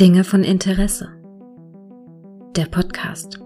Dinge von Interesse. Der Podcast.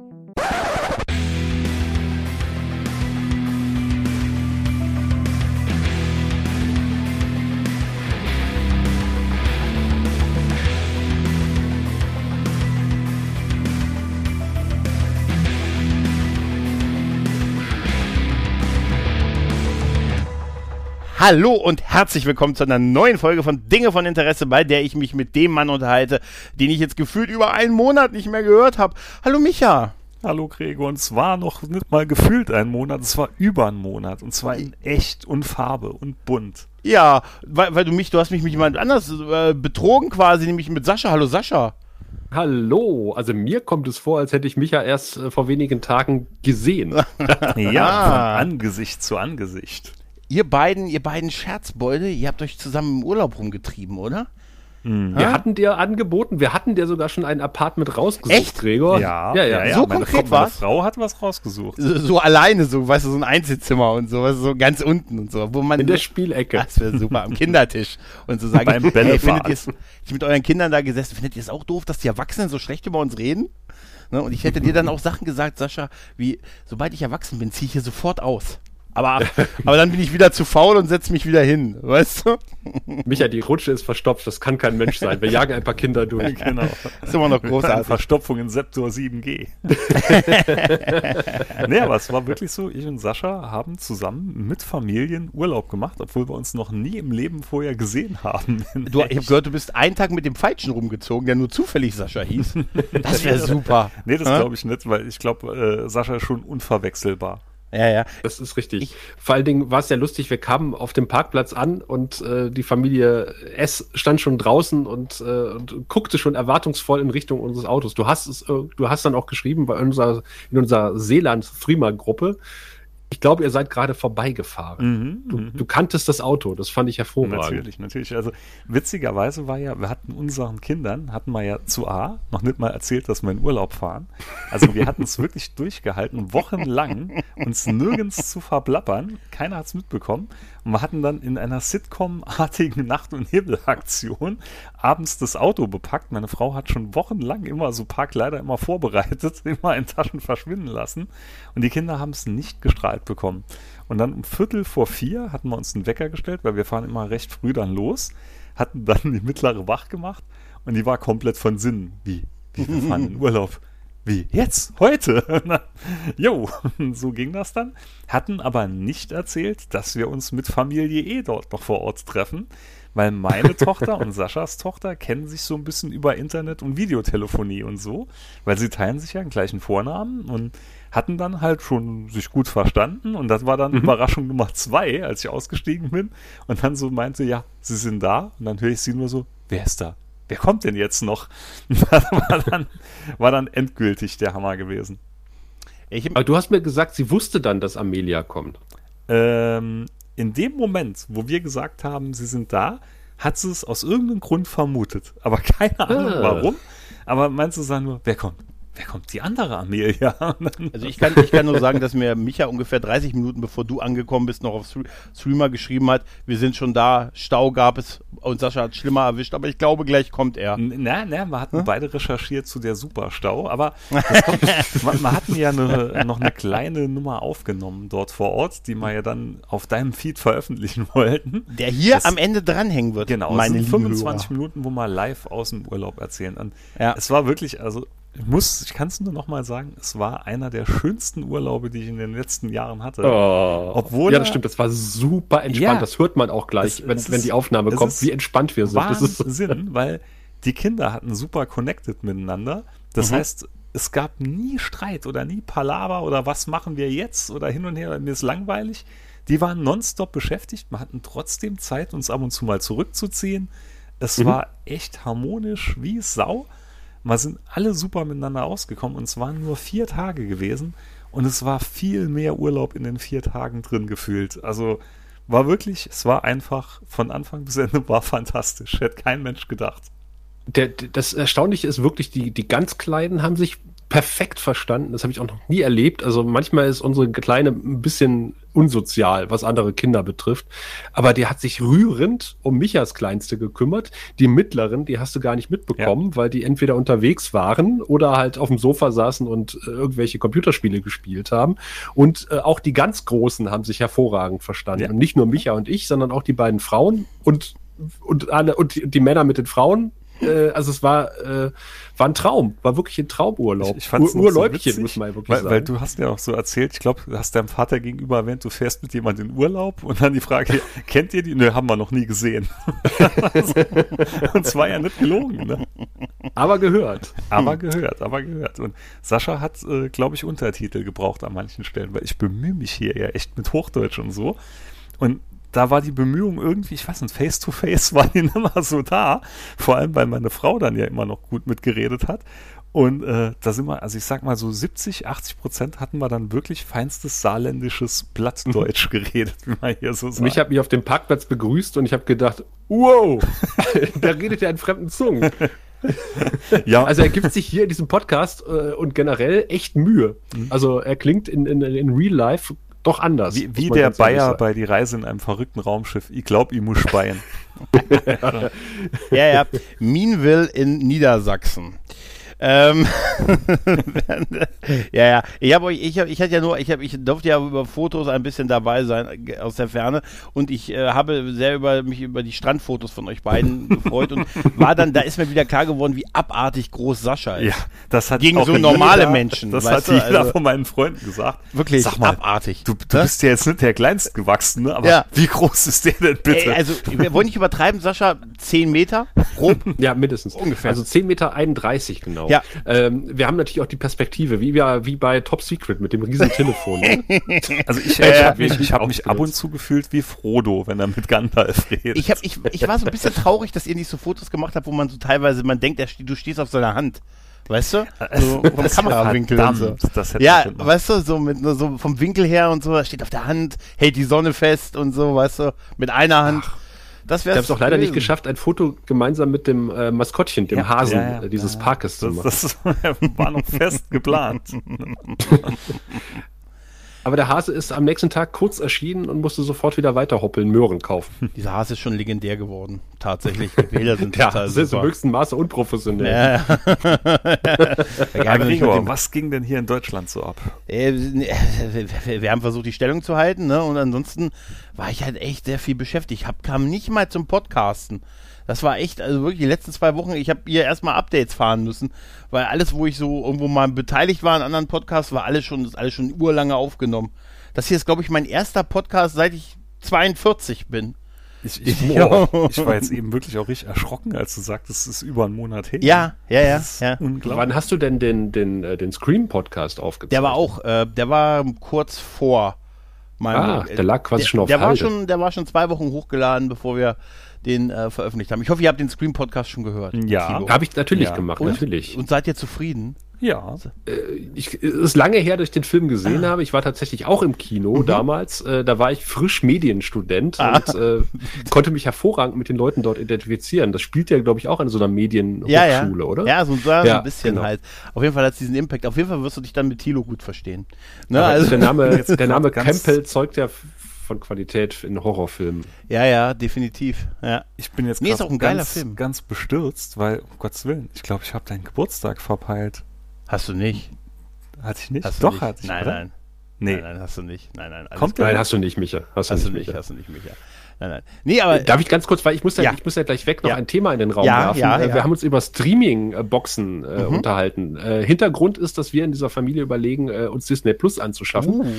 Hallo und herzlich willkommen zu einer neuen Folge von Dinge von Interesse, bei der ich mich mit dem Mann unterhalte, den ich jetzt gefühlt über einen Monat nicht mehr gehört habe. Hallo Micha. Hallo Gregor, und es war noch nicht mal gefühlt ein Monat, es war über einen Monat und zwar in echt und Farbe und bunt. Ja, weil du hast mich mit jemand anders betrogen quasi, nämlich mit Sascha. Hallo Sascha. Hallo, also mir kommt es vor, als hätte ich mich ja erst vor wenigen Tagen gesehen. Ja, von Angesicht zu Angesicht. Ihr beiden Scherzbeute, ihr habt euch zusammen im Urlaub rumgetrieben, oder? Wir hatten dir angeboten, wir hatten dir sogar schon ein Apartment rausgesucht, echt? Gregor. Ja. So konkret meine Frau hat was rausgesucht. So alleine, so, weißt du, so ein Einzelzimmer und so, weißt du, so ganz unten und so. Wo man in der Spielecke. Das wäre super, am Kindertisch. Und so sagen, beim Bällefahrt. Ich mit euren Kindern da gesessen, findet ihr es auch doof, dass die Erwachsenen so schlecht über uns reden? Ne? Und ich hätte dir dann auch Sachen gesagt, Sascha, wie, sobald ich erwachsen bin, ziehe ich hier sofort aus. Aber dann bin ich wieder zu faul und setze mich wieder hin, weißt du? Micha, die Rutsche ist verstopft, das kann kein Mensch sein. Wir jagen ein paar Kinder durch. Genau. Ist immer noch großartig. Verstopfung in Septor 7G. Nee, aber es war wirklich so, ich und Sascha haben zusammen mit Familien Urlaub gemacht, obwohl wir uns noch nie im Leben vorher gesehen haben. Ich habe gehört, du bist einen Tag mit dem Falschen rumgezogen, der nur zufällig Sascha hieß. Das wäre super. Nee, das glaube ich nicht, weil ich glaube, Sascha ist schon unverwechselbar. Ja. Das ist richtig. Vor allen Dingen war es ja lustig, wir kamen auf dem Parkplatz an und die Familie S stand schon draußen und guckte schon erwartungsvoll in Richtung unseres Autos. Du hast dann auch geschrieben in unserer Seeland-Threema-Gruppe, ich glaube, ihr seid gerade vorbeigefahren. Du kanntest das Auto, das fand ich hervorragend. Natürlich. Also witzigerweise war ja, wir hatten unseren Kindern, zu A, noch nicht mal erzählt, dass wir in Urlaub fahren. Also wir hatten es wirklich durchgehalten, wochenlang uns nirgends zu verblappern. Keiner hat es mitbekommen. Und wir hatten dann in einer Sitcom-artigen Nacht- und Nebelaktion abends das Auto bepackt. Meine Frau hat schon wochenlang immer so Parkkleider immer vorbereitet, immer in Taschen verschwinden lassen. Und die Kinder haben es nicht gestrahlt bekommen. Und dann um 3:45 hatten wir uns einen Wecker gestellt, weil wir fahren immer recht früh dann los, hatten dann die mittlere wach gemacht und die war komplett von Sinnen. Wie wir fahren in Urlaub. Wie? Jetzt? Heute? Jo, so ging das dann. Hatten aber nicht erzählt, dass wir uns mit Familie dort noch vor Ort treffen, weil meine Tochter und Saschas Tochter kennen sich so ein bisschen über Internet und Videotelefonie und so, weil sie teilen sich ja den gleichen Vornamen und hatten dann halt schon sich gut verstanden und das war dann Überraschung Nummer 2, als ich ausgestiegen bin und dann so meinte, ja, sie sind da und dann höre ich sie nur so, wer ist da? Wer kommt denn jetzt noch? Das war dann endgültig der Hammer gewesen. Aber du hast mir gesagt, sie wusste dann, dass Amelia kommt. In dem Moment, wo wir gesagt haben, sie sind da, hat sie es aus irgendeinem Grund vermutet. Aber keine Ahnung warum. Aber meinst du sagen nur, wer kommt? Wer kommt? Die andere Amelia. Also ich kann nur sagen, dass mir Micha ungefähr 30 Minuten bevor du angekommen bist, noch auf Streamer geschrieben hat, wir sind schon da, Stau gab es und Sascha hat schlimmer erwischt, aber ich glaube, gleich kommt er. Wir hatten beide recherchiert zu der Superstau, aber wir hatten ja noch eine kleine Nummer aufgenommen dort vor Ort, die wir ja dann auf deinem Feed veröffentlichen wollten. Der hier am Ende dranhängen wird. Genau, meine 25 Minuten, wo wir live aus dem Urlaub erzählen. Und ja. Es war wirklich, also ich kann es nur noch mal sagen, es war einer der schönsten Urlaube, die ich in den letzten Jahren hatte. Obwohl ja, das stimmt, das war super entspannt. Ja, das hört man auch gleich, wenn die Aufnahme kommt, wie entspannt wir sind. Das ist Wahnsinn, weil die Kinder hatten super connected miteinander. Das heißt, es gab nie Streit oder nie Palaver oder was machen wir jetzt oder hin und her, mir ist langweilig. Die waren nonstop beschäftigt, wir hatten trotzdem Zeit, uns ab und zu mal zurückzuziehen. Es war echt harmonisch wie Sau. Wir sind alle super miteinander ausgekommen und es waren nur 4 Tage gewesen und es war viel mehr Urlaub in den 4 Tagen drin gefühlt. Also es war einfach von Anfang bis Ende war fantastisch. Hätte kein Mensch gedacht. Das Erstaunliche ist wirklich, die ganz Kleinen haben sich perfekt verstanden. Das habe ich auch noch nie erlebt. Also manchmal ist unsere Kleine ein bisschen unsozial, was andere Kinder betrifft. Aber die hat sich rührend um mich als Kleinste gekümmert. Die Mittleren, die hast du gar nicht mitbekommen, weil die entweder unterwegs waren oder halt auf dem Sofa saßen und irgendwelche Computerspiele gespielt haben. Und auch die ganz Großen haben sich hervorragend verstanden. Ja. Und nicht nur Micha und ich, sondern auch die beiden Frauen und die Männer mit den Frauen. Also es war ein Traum, war wirklich ein Traumurlaub. Ich fand's Urläubchen, so muss man wirklich sagen. Weil du hast ja auch so erzählt, ich glaube, du hast deinem Vater gegenüber erwähnt, du fährst mit jemandem in Urlaub und dann die Frage, kennt ihr die? Nö, haben wir noch nie gesehen. Und es war ja nicht gelogen, ne? Aber gehört. Aber gehört. Und Sascha hat, glaube ich, Untertitel gebraucht an manchen Stellen, weil ich bemühe mich hier ja echt mit Hochdeutsch und so. Und da war die Bemühung irgendwie, ich weiß nicht, face-to-face war die nicht mehr so da. Vor allem, weil meine Frau dann ja immer noch gut mitgeredet hat. Und da sind wir, also ich sag mal so 70-80% hatten wir dann wirklich feinstes saarländisches Plattdeutsch geredet, wie man hier so sagt. Mich hat mich auf dem Parkplatz begrüßt und ich habe gedacht, wow, da redet er in fremden Zungen. Ja. Also er gibt sich hier in diesem Podcast und generell echt Mühe. Also er klingt in Real Life doch anders. Wie der Bayer bei Die Reise in einem verrückten Raumschiff. Ich glaube, ich muss speien. Ja. Minville in Niedersachsen. Ja. Ich durfte ja über Fotos ein bisschen dabei sein aus der Ferne und ich habe sehr mich über die Strandfotos von euch beiden gefreut und war dann, da ist mir wieder klar geworden, wie abartig groß Sascha ist. Ja, das hat gegen auch so normale Menschen. Das weißt hat jeder also, von meinen Freunden gesagt. Wirklich Sag mal, abartig. Du bist ja jetzt nicht der Kleinstgewachsene, aber Ja. wie groß ist der denn bitte? Also, wir wollen nicht übertreiben, Sascha, 10 Meter, grob. Ja, mindestens. Ungefähr. Also 10,31 Meter, genau. Ja. Wir haben natürlich auch die Perspektive, wie bei Top Secret mit dem riesen Telefon. Also ich habe mich ab und zu gefühlt wie Frodo, wenn er mit Gandalf redet. Ich war so ein bisschen traurig, dass ihr nicht so Fotos gemacht habt, wo man so teilweise, man denkt, du stehst auf seiner Hand. Weißt du? So vom Kamerawinkel und so. Das hätte Ja, ich gemacht. weißt du, so so vom Winkel her und so, er steht auf der Hand, hält die Sonne fest und so, weißt du, mit einer Hand. Das Ich habe es auch leider nicht geschafft, ein Foto gemeinsam mit dem Maskottchen, dem Hasen dieses Parkes zu machen. Das war noch fest geplant. Aber der Hase ist am nächsten Tag kurz erschienen und musste sofort wieder weiter hoppeln, Möhren kaufen. Dieser Hase ist schon legendär geworden, tatsächlich. Die Bilder sind Ja, total das ist im super. höchsten Maße unprofessionell. Ja, Gregor, was ging denn hier in Deutschland so ab? Wir haben versucht, die Stellung zu halten, ne? Und ansonsten war ich halt echt sehr viel beschäftigt. Kam nicht mal zum Podcasten. Das war echt, also wirklich die letzten 2 Wochen, ich habe hier erstmal Updates fahren müssen, weil alles, wo ich so irgendwo mal beteiligt war an anderen Podcasts, war alles schon urlange aufgenommen. Das hier ist, glaube ich, mein erster Podcast, seit ich 42 bin. Ich war jetzt eben wirklich auch richtig erschrocken, als du sagtest, es ist über einen Monat her. Ja. Unglaublich. Wann hast du denn den Scream-Podcast aufgezeichnet? Der war kurz vor meinem... der lag quasi schon auf Der war Halde. der war schon 2 Wochen hochgeladen, bevor wir den veröffentlicht haben. Ich hoffe, ihr habt den Scream-Podcast schon gehört. Ja. Thilo. Habe ich natürlich Ja. gemacht, Und? natürlich. Und seid ihr zufrieden? Ja. Es ist lange her, dass ich den Film gesehen habe. Ich war tatsächlich auch im Kino damals. Da war ich frisch Medienstudent und konnte mich hervorragend mit den Leuten dort identifizieren. Das spielt ja, glaube ich, auch an so einer Medienhochschule, oder? Ja, so Ja, ein bisschen genau. halt. Auf jeden Fall hat es diesen Impact. Auf jeden Fall wirst du dich dann mit Thilo gut verstehen. Ne? Aber Also, der Name ganz- Campbell zeugt ja von Qualität in Horrorfilmen. ja, definitiv. Ja. Ich bin jetzt Nee, ist grad auch ein geiler Film. ganz bestürzt, weil, um Gottes Willen, ich glaube, ich habe deinen Geburtstag verpeilt. Hast du nicht? Hatte ich nicht? Hast du Doch, nicht. hatte ich, Nein, oder? nein. Nee. Nein, hast du nicht. Nein, alles Kommt gut. Nein, hast du nicht, Micha. Hast du nicht, Micha. Nein. Nee, aber Darf ich ganz kurz, weil ich muss ja gleich weg noch Ja. ein Thema in den Raum Ja, werfen. ja. Wir haben uns über Streaming-Boxen unterhalten. Hintergrund ist, dass wir in dieser Familie überlegen, uns Disney Plus anzuschaffen.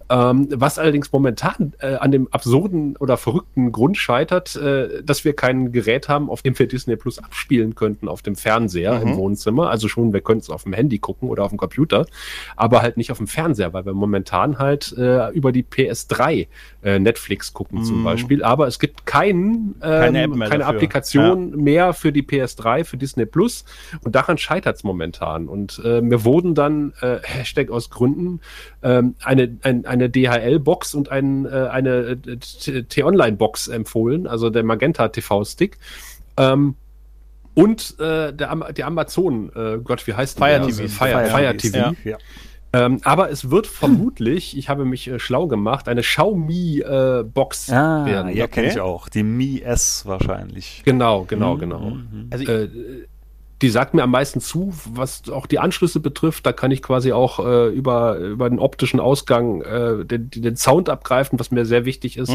Was allerdings momentan an dem absurden oder verrückten Grund scheitert, dass wir kein Gerät haben, auf dem wir Disney Plus abspielen könnten auf dem Fernseher im Wohnzimmer. Also schon, wir könnten es auf dem Handy gucken oder auf dem Computer, aber halt nicht auf dem Fernseher, weil wir momentan halt über die PS3 Netflix gucken zum Beispiel. Aber es gibt keine App mehr keine dafür. Applikation mehr für die PS3, für Disney Plus. Und daran scheitert es momentan. Und mir wurden dann, Hashtag aus Gründen, eine DHL-Box und eine T-Online-Box empfohlen, also der Magenta TV-Stick. Und der Amazon, Gott, wie heißt Fire der? TV. Fire TV. Ja. Aber es wird vermutlich, ich habe mich schlau gemacht, eine Xiaomi Box werden. Ja, kenne ich auch. Die Mi S wahrscheinlich. Genau. Also Die sagt mir am meisten zu, was auch die Anschlüsse betrifft. Da kann ich quasi auch über den optischen Ausgang den Sound abgreifen, was mir sehr wichtig ist.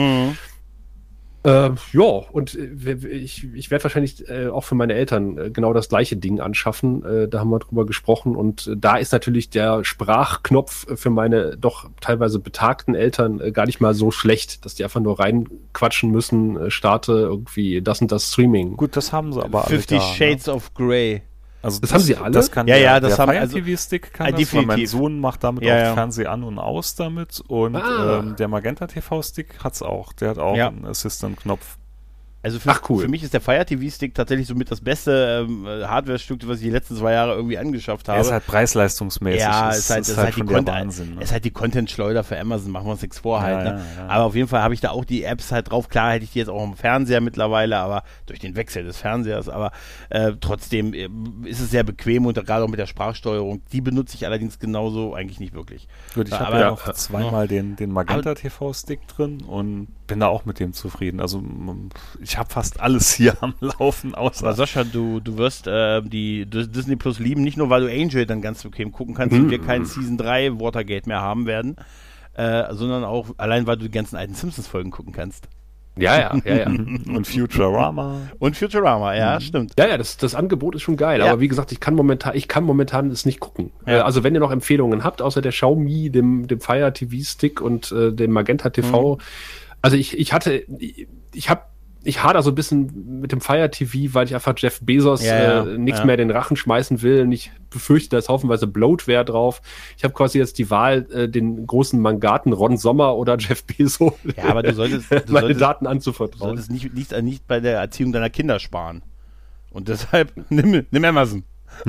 Und ich werde wahrscheinlich auch für meine Eltern genau das gleiche Ding anschaffen. Da haben wir drüber gesprochen. Und da ist natürlich der Sprachknopf für meine doch teilweise betagten Eltern gar nicht mal so schlecht, dass die einfach nur reinquatschen müssen, starte irgendwie das und das Streaming. Gut, das haben sie aber alle 50 da, Shades of Grey. Also das haben sie alle? Das kann Ja, das der haben- Fire also- TV-Stick kann das, definitiv. weil mein Sohn macht damit Ja. auch Fernseher an und aus damit und der Magenta TV-Stick hat's auch. Der hat auch einen Assistant-Knopf. Also Ach, cool. für mich ist der Fire TV-Stick tatsächlich somit das beste Hardware-Stück, was ich die letzten 2 Jahre irgendwie angeschafft habe. Er ist halt preisleistungsmäßig. Ja, ist ist halt halt die schon der Wahnsinn. Ne? ist halt die Content-Schleuder für Amazon, machen wir uns nichts vor halt. Ja, Ne? ja. Aber auf jeden Fall habe ich da auch die Apps halt drauf. Klar hätte ich die jetzt auch im Fernseher mittlerweile, aber durch den Wechsel des Fernsehers, aber trotzdem ist es sehr bequem und gerade auch mit der Sprachsteuerung. Die benutze ich allerdings genauso eigentlich nicht wirklich. Gut, ich habe aber- ja noch zweimal den Magenta TV-Stick drin und bin da auch mit dem zufrieden. Also ich habe fast alles hier am Laufen, Aber außer Sascha, du wirst die Disney Plus lieben, nicht nur, weil du Angel dann ganz bequem gucken kannst und wir kein Season 3 Watergate mehr haben werden, sondern auch allein, weil du die ganzen alten Simpsons-Folgen gucken kannst. Ja. und Futurama. Und Futurama, ja, stimmt. Ja, das Angebot ist schon geil. Ja. Aber wie gesagt, ich kann momentan es nicht gucken. Ja. Also wenn ihr noch Empfehlungen habt, außer der Xiaomi, dem Fire TV Stick und dem Magenta TV. Also ich hader so ein bisschen mit dem Fire TV, weil ich einfach Jeff Bezos nichts mehr in den Rachen schmeißen will. Und ich befürchte, da ist haufenweise Bloatware drauf. Ich habe quasi jetzt die Wahl, den großen Mangaten Ron Sommer oder Jeff Bezos Ja, aber du solltest meine Daten anzuvertrauen. nicht bei der Erziehung deiner Kinder sparen. Und deshalb nimm Amazon.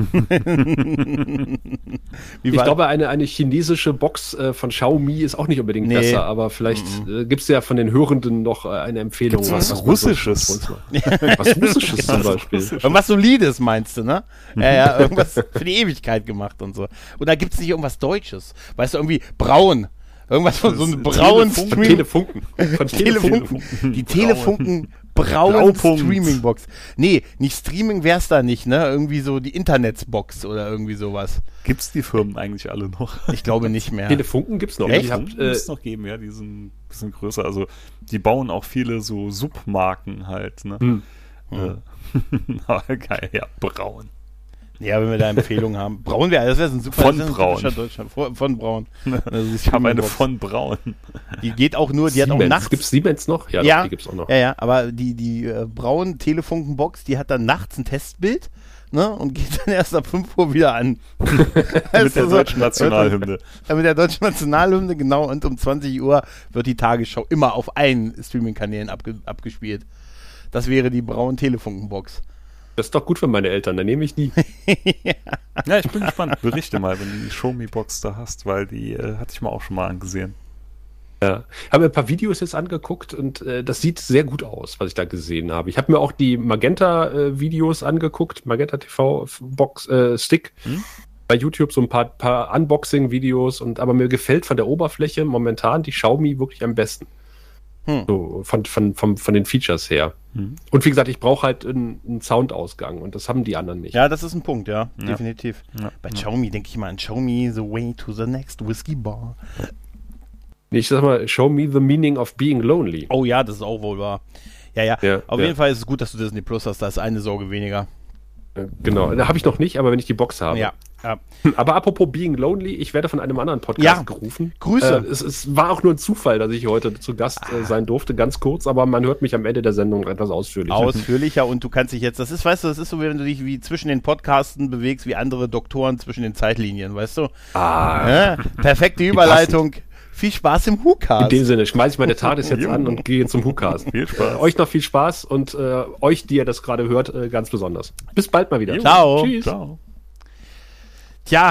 Ich glaube, eine chinesische Box von Xiaomi ist auch nicht unbedingt besser, aber vielleicht gibt es ja von den Hörenden noch eine Empfehlung. Gibt's was Russisches? Was Russisches zum Beispiel. Irgendwas Solides meinst du, ne? Ja, irgendwas für die Ewigkeit gemacht und so. Und da gibt es nicht irgendwas Deutsches. Weißt du, irgendwie braun. Irgendwas von so einem braunen Von Stream. Telefunken. Die Telefunken braun Streaming-Box. Nee, nicht Streaming wär's da nicht, ne? Irgendwie so die Internetsbox oder irgendwie sowas. Gibt's die Firmen eigentlich alle noch? Ich glaube nicht mehr. Telefunken gibt's noch. Echt? Ich hab, Muss es noch geben, ja, die sind ein bisschen größer. Also die bauen auch viele so Submarken halt, ne? Aber geil, ja, braun. Ja, wenn wir da Empfehlungen haben. Braun wäre, das wäre ein super. Von das ist ein Braun. typischer Deutschland. Von Braun. Also Ich habe eine von Braun. Die geht auch nur, die hat auch Siemens. nachts. Gibt's Siemens noch? Ja, Ja, doch, die gibt's auch noch. Ja, aber die Braun Telefunkenbox, die hat dann nachts ein Testbild, ne, und geht dann erst ab 5 Uhr wieder an. Mit der deutschen Nationalhymne. Ja, mit der deutschen Nationalhymne, genau, und um 20 Uhr wird die Tagesschau immer auf allen Streaming-Kanälen abgespielt. Das wäre die Braun Telefunkenbox. Das ist doch gut für meine Eltern, dann nehme ich die. Ja, ich bin gespannt. Berichte mal, wenn du die Xiaomi-Box da hast, weil die hatte ich mir auch schon mal angesehen. Ja. Ich habe mir ein paar Videos jetzt angeguckt und das sieht sehr gut aus, was ich da gesehen habe. Ich habe mir auch die Magenta-Videos angeguckt, Magenta TV-Box, Stick. Bei YouTube so ein paar Unboxing-Videos, aber mir gefällt von der Oberfläche momentan die Xiaomi wirklich am besten. So, von den Features her. Und wie gesagt, ich brauche halt einen Soundausgang und das haben die anderen nicht. Ja, das ist ein Punkt, ja, definitiv. Ja. Bei Xiaomi denke ich mal an Xiaomi, the way to the next whiskey bar. Ich sag mal, show me the meaning of being lonely. Oh ja, das ist auch wohl wahr. Ja. Auf Ja. jeden Fall ist es gut, dass du Disney Plus hast, da ist eine Sorge weniger. Genau, da habe ich noch nicht, aber wenn ich die Box habe. Ja. Aber apropos Being Lonely, ich werde von einem anderen Podcast gerufen. Grüße. Es war auch nur ein Zufall, dass ich heute zu Gast sein durfte, ganz kurz, aber man hört mich am Ende der Sendung etwas ausführlicher. Ausführlicher und du kannst dich jetzt, das ist so, wenn du dich wie zwischen den Podcasten bewegst, wie andere Doktoren zwischen den Zeitlinien, weißt du? Ja, perfekte Überleitung. Viel Spaß im In WhoCast. dem Sinne, schmeiße ich meine TARDIS jetzt an und gehe zum WhoCast. Viel Spaß. Euch noch viel Spaß und euch, die ihr das gerade hört, ganz besonders. Bis bald mal wieder. Ciao. Tschüss. Ciao. Tja,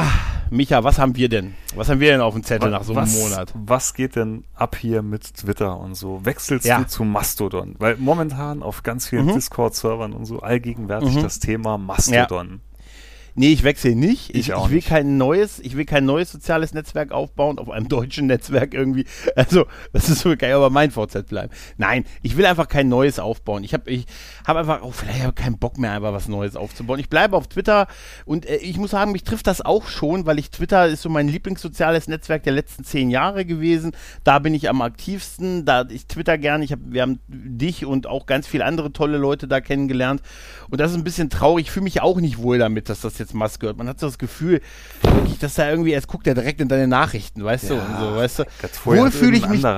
Micha, was haben wir denn? Was haben wir denn auf dem Zettel nach so einem Monat? Was geht denn ab hier mit Twitter und so? Wechselst du zu Mastodon? Weil momentan auf ganz vielen Discord-Servern und so allgegenwärtig das Thema Mastodon. Ja. Nee, ich wechsle nicht. Ich will nicht. kein neues soziales Netzwerk aufbauen, auf einem deutschen Netzwerk irgendwie. Also, das ist so, kann ja aber mein VZ bleiben. Nein, ich will einfach kein neues aufbauen. Ich habe einfach vielleicht keinen Bock mehr, einfach was Neues aufzubauen. Ich bleibe auf Twitter und ich muss sagen, mich trifft das auch schon, weil Twitter ist so mein Lieblingssoziales Netzwerk der letzten 10 Jahre gewesen. Da bin ich am aktivsten, ich twitter gerne. Wir haben dich und auch ganz viele andere tolle Leute da kennengelernt. Und das ist ein bisschen traurig. Ich fühle mich auch nicht wohl damit, dass das jetzt Musk gehört. Man hat so das Gefühl, wirklich, dass da irgendwie, jetzt guckt er direkt in deine Nachrichten, weißt du, und so, weißt du. Wohl fühle ich mich,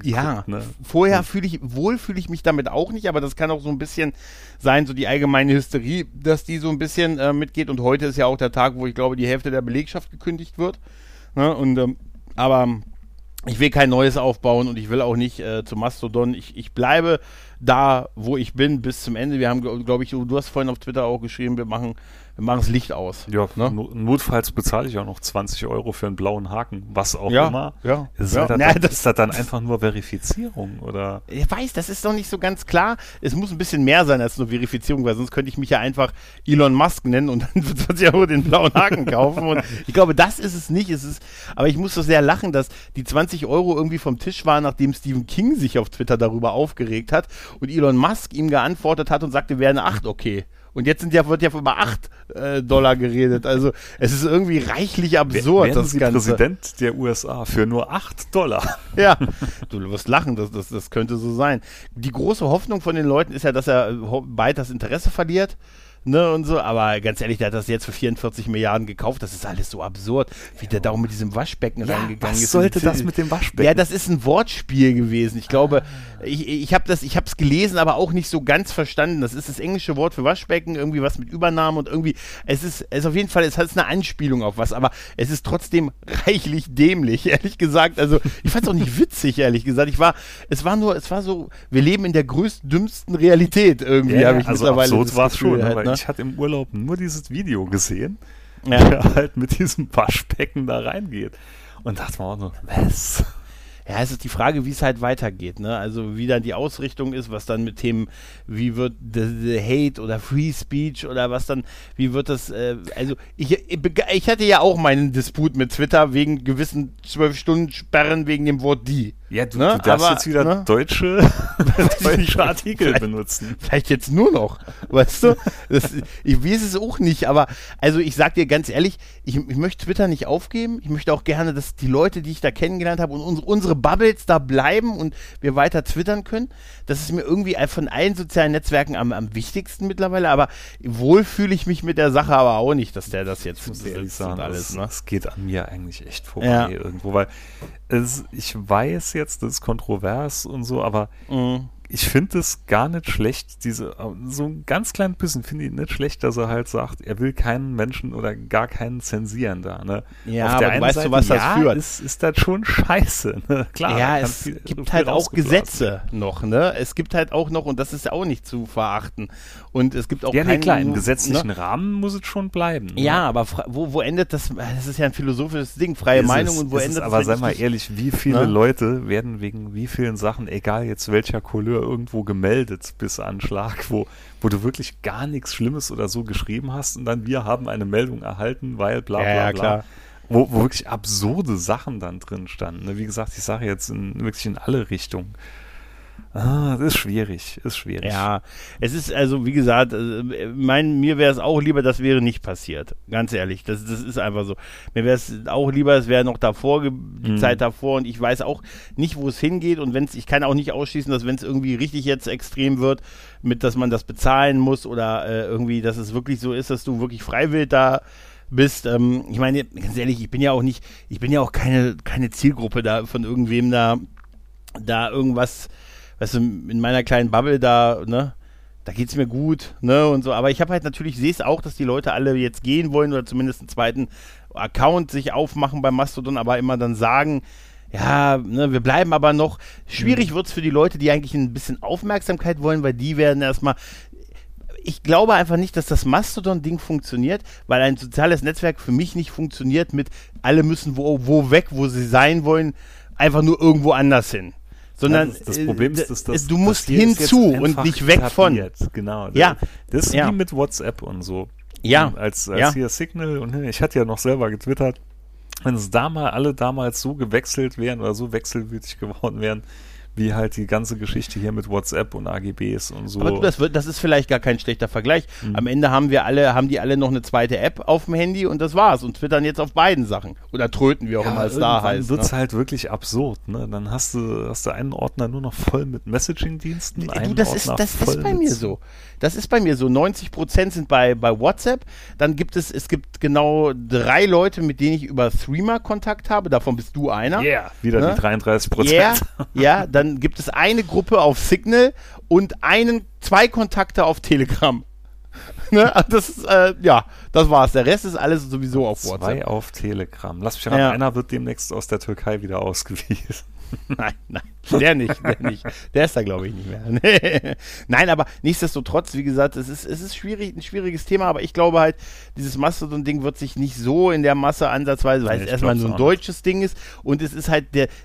vorher fühle ich mich damit auch nicht, aber das kann auch so ein bisschen sein, so die allgemeine Hysterie, dass die so ein bisschen mitgeht, und heute ist ja auch der Tag, wo ich glaube, die Hälfte der Belegschaft gekündigt wird, ne? Und aber ich will kein neues aufbauen und ich will auch nicht zu Mastodon. Ich bleibe da, wo ich bin, bis zum Ende. Wir haben, glaube ich, du hast vorhin auf Twitter auch geschrieben, wir machen das Licht aus. Ja, ne? Notfalls bezahle ich auch noch 20 € für einen blauen Haken, was auch immer. Ja. Ist das dann einfach nur Verifizierung, oder? Ich weiß, das ist noch nicht so ganz klar. Es muss ein bisschen mehr sein als nur Verifizierung, weil sonst könnte ich mich ja einfach Elon Musk nennen und dann für 20 € den blauen Haken kaufen. Und ich glaube, das ist es nicht. Aber ich muss so sehr lachen, dass die 20 € irgendwie vom Tisch waren, nachdem Stephen King sich auf Twitter darüber aufgeregt hat und Elon Musk ihm geantwortet hat und sagte, wäre eine 8 okay. Und jetzt wird ja über $8 geredet. Also es ist irgendwie reichlich absurd, werden das Sie Ganze. Präsident der USA für nur $8. Ja, du wirst lachen, das könnte so sein. Die große Hoffnung von den Leuten ist ja, dass er bald das Interesse verliert. Ne, und so, aber ganz ehrlich, der hat das jetzt für 44 Milliarden gekauft, das ist alles so absurd, wie der da auch mit diesem Waschbecken reingegangen ist. Was sollte das mit dem Waschbecken? Ja, das ist ein Wortspiel gewesen. Ich glaube, ich hab's gelesen, aber auch nicht so ganz verstanden. Das ist das englische Wort für Waschbecken, irgendwie was mit Übernahme und irgendwie, es ist auf jeden Fall, es hat eine Anspielung auf was, aber es ist trotzdem reichlich dämlich, ehrlich gesagt. Also, ich fand's auch nicht witzig, ehrlich gesagt. Es war so, wir leben in der größten, dümmsten Realität irgendwie, habe ich mittlerweile absurd war es schon, halt, weil ich hatte im Urlaub nur dieses Video gesehen, der halt mit diesem Waschbecken da reingeht. Und dachte mir auch nur, was? Ja, es ist die Frage, wie es halt weitergeht, ne? Also wie dann die Ausrichtung ist, was dann mit Themen, wie wird the Hate oder Free Speech oder was dann, wie wird das, also ich hatte ja auch meinen Disput mit Twitter wegen gewissen 12-Stunden-Sperren wegen dem Wort die. Ja, du darfst jetzt wieder deutsche Artikel benutzen. Vielleicht jetzt nur noch, weißt du? Ich weiß es auch nicht, aber also ich sag dir ganz ehrlich, ich möchte Twitter nicht aufgeben. Ich möchte auch gerne, dass die Leute, die ich da kennengelernt habe und unsere Bubbles da bleiben und wir weiter twittern können. Das ist mir irgendwie von allen sozialen Netzwerken am wichtigsten mittlerweile, aber wohl fühle ich mich mit der Sache aber auch nicht, dass der das jetzt besitzt und alles. Das geht an mir eigentlich echt vorbei irgendwo, weil ich weiß jetzt, das ist kontrovers und so, aber ich finde es gar nicht schlecht, so ein ganz klein bisschen finde ich nicht schlecht, dass er halt sagt, er will keinen Menschen oder gar keinen zensieren da, ne? Ja, auf der aber einen weißt Seite, du, was das führt? Ist das schon scheiße, ne? Klar. Ja, es gibt halt auch Gesetze noch, ne? Es gibt halt auch noch, und das ist ja auch nicht zu verachten, und es gibt auch klar, im gesetzlichen Rahmen muss es schon bleiben. Ne? Ja, aber wo endet das? Das ist ja ein philosophisches Ding, freie Meinung, und wo endet das? Aber sei mal ehrlich, wie viele Leute werden wegen wie vielen Sachen, egal jetzt welcher Couleur, irgendwo gemeldet bis Anschlag, wo du wirklich gar nichts Schlimmes oder so geschrieben hast und dann wir haben eine Meldung erhalten, weil bla bla bla. Klar. Wo wirklich absurde Sachen dann drin standen. Wie gesagt, ich sage jetzt wirklich in alle Richtungen. Das ist schwierig, Ja, es ist also, wie gesagt, mir wäre es auch lieber, das wäre nicht passiert. Ganz ehrlich, das ist einfach so. Mir wäre es auch lieber, es wäre noch die Zeit davor, und ich weiß auch nicht, wo es hingeht, und ich kann auch nicht ausschließen, dass wenn es irgendwie richtig jetzt extrem wird, dass man das bezahlen muss oder irgendwie, dass es wirklich so ist, dass du wirklich freiwillig da bist. Ich meine, ganz ehrlich, ich bin ja auch keine Zielgruppe da von irgendwem da irgendwas, weißt du, in meiner kleinen Bubble da, ne, da geht's mir gut, ne, und so, aber ich habe halt natürlich, sehe es auch, dass die Leute alle jetzt gehen wollen oder zumindest einen zweiten Account sich aufmachen bei Mastodon, aber immer dann sagen, ja, ne, wir bleiben aber noch. Schwierig wird's für die Leute, die eigentlich ein bisschen Aufmerksamkeit wollen, weil die werden erstmal, ich glaube einfach nicht, dass das Mastodon-Ding funktioniert, weil ein soziales Netzwerk für mich nicht funktioniert mit alle müssen wo weg, wo sie sein wollen, einfach nur irgendwo anders hin. Sondern das Problem ist, dass du musst hinzu und nicht weg von. Genau. Ja. Das ist wie mit WhatsApp und so. Ja. Als hier Signal und ich hatte ja noch selber getwittert, wenn es alle damals so gewechselt wären oder so wechselwütig geworden wären, wie halt die ganze Geschichte hier mit WhatsApp und AGBs und so. Aber das ist vielleicht gar kein schlechter Vergleich. Am Ende haben die alle noch eine zweite App auf dem Handy und das war's und twittern jetzt auf beiden Sachen. Oder tröten, wie auch immer es da heißt. Dann wird's halt wirklich absurd, ne? Dann hast du einen Ordner nur noch voll mit Messaging-Diensten. Das ist bei mir so. Das ist bei mir so. 90% sind bei WhatsApp. Dann gibt es gibt genau 3 Leute, mit denen ich über Threema Kontakt habe. Davon bist du einer. Yeah, wieder die 33%. Ja, dann gibt es eine Gruppe auf Signal und 2 Kontakte auf Telegram. Ne? Das ist, das war's. Der Rest ist alles sowieso auf WhatsApp. 2 auf Telegram. Lass mich raten, einer wird demnächst aus der Türkei wieder ausgewiesen. Nein, der nicht. Der ist da, glaube ich, nicht mehr. Nee. Nein, aber nichtsdestotrotz, wie gesagt, es ist ein schwieriges Thema, aber ich glaube halt, dieses Mastodon-Ding wird sich nicht so in der Masse ansatzweise, weil es erstmal nur ein deutsches Ding ist und es ist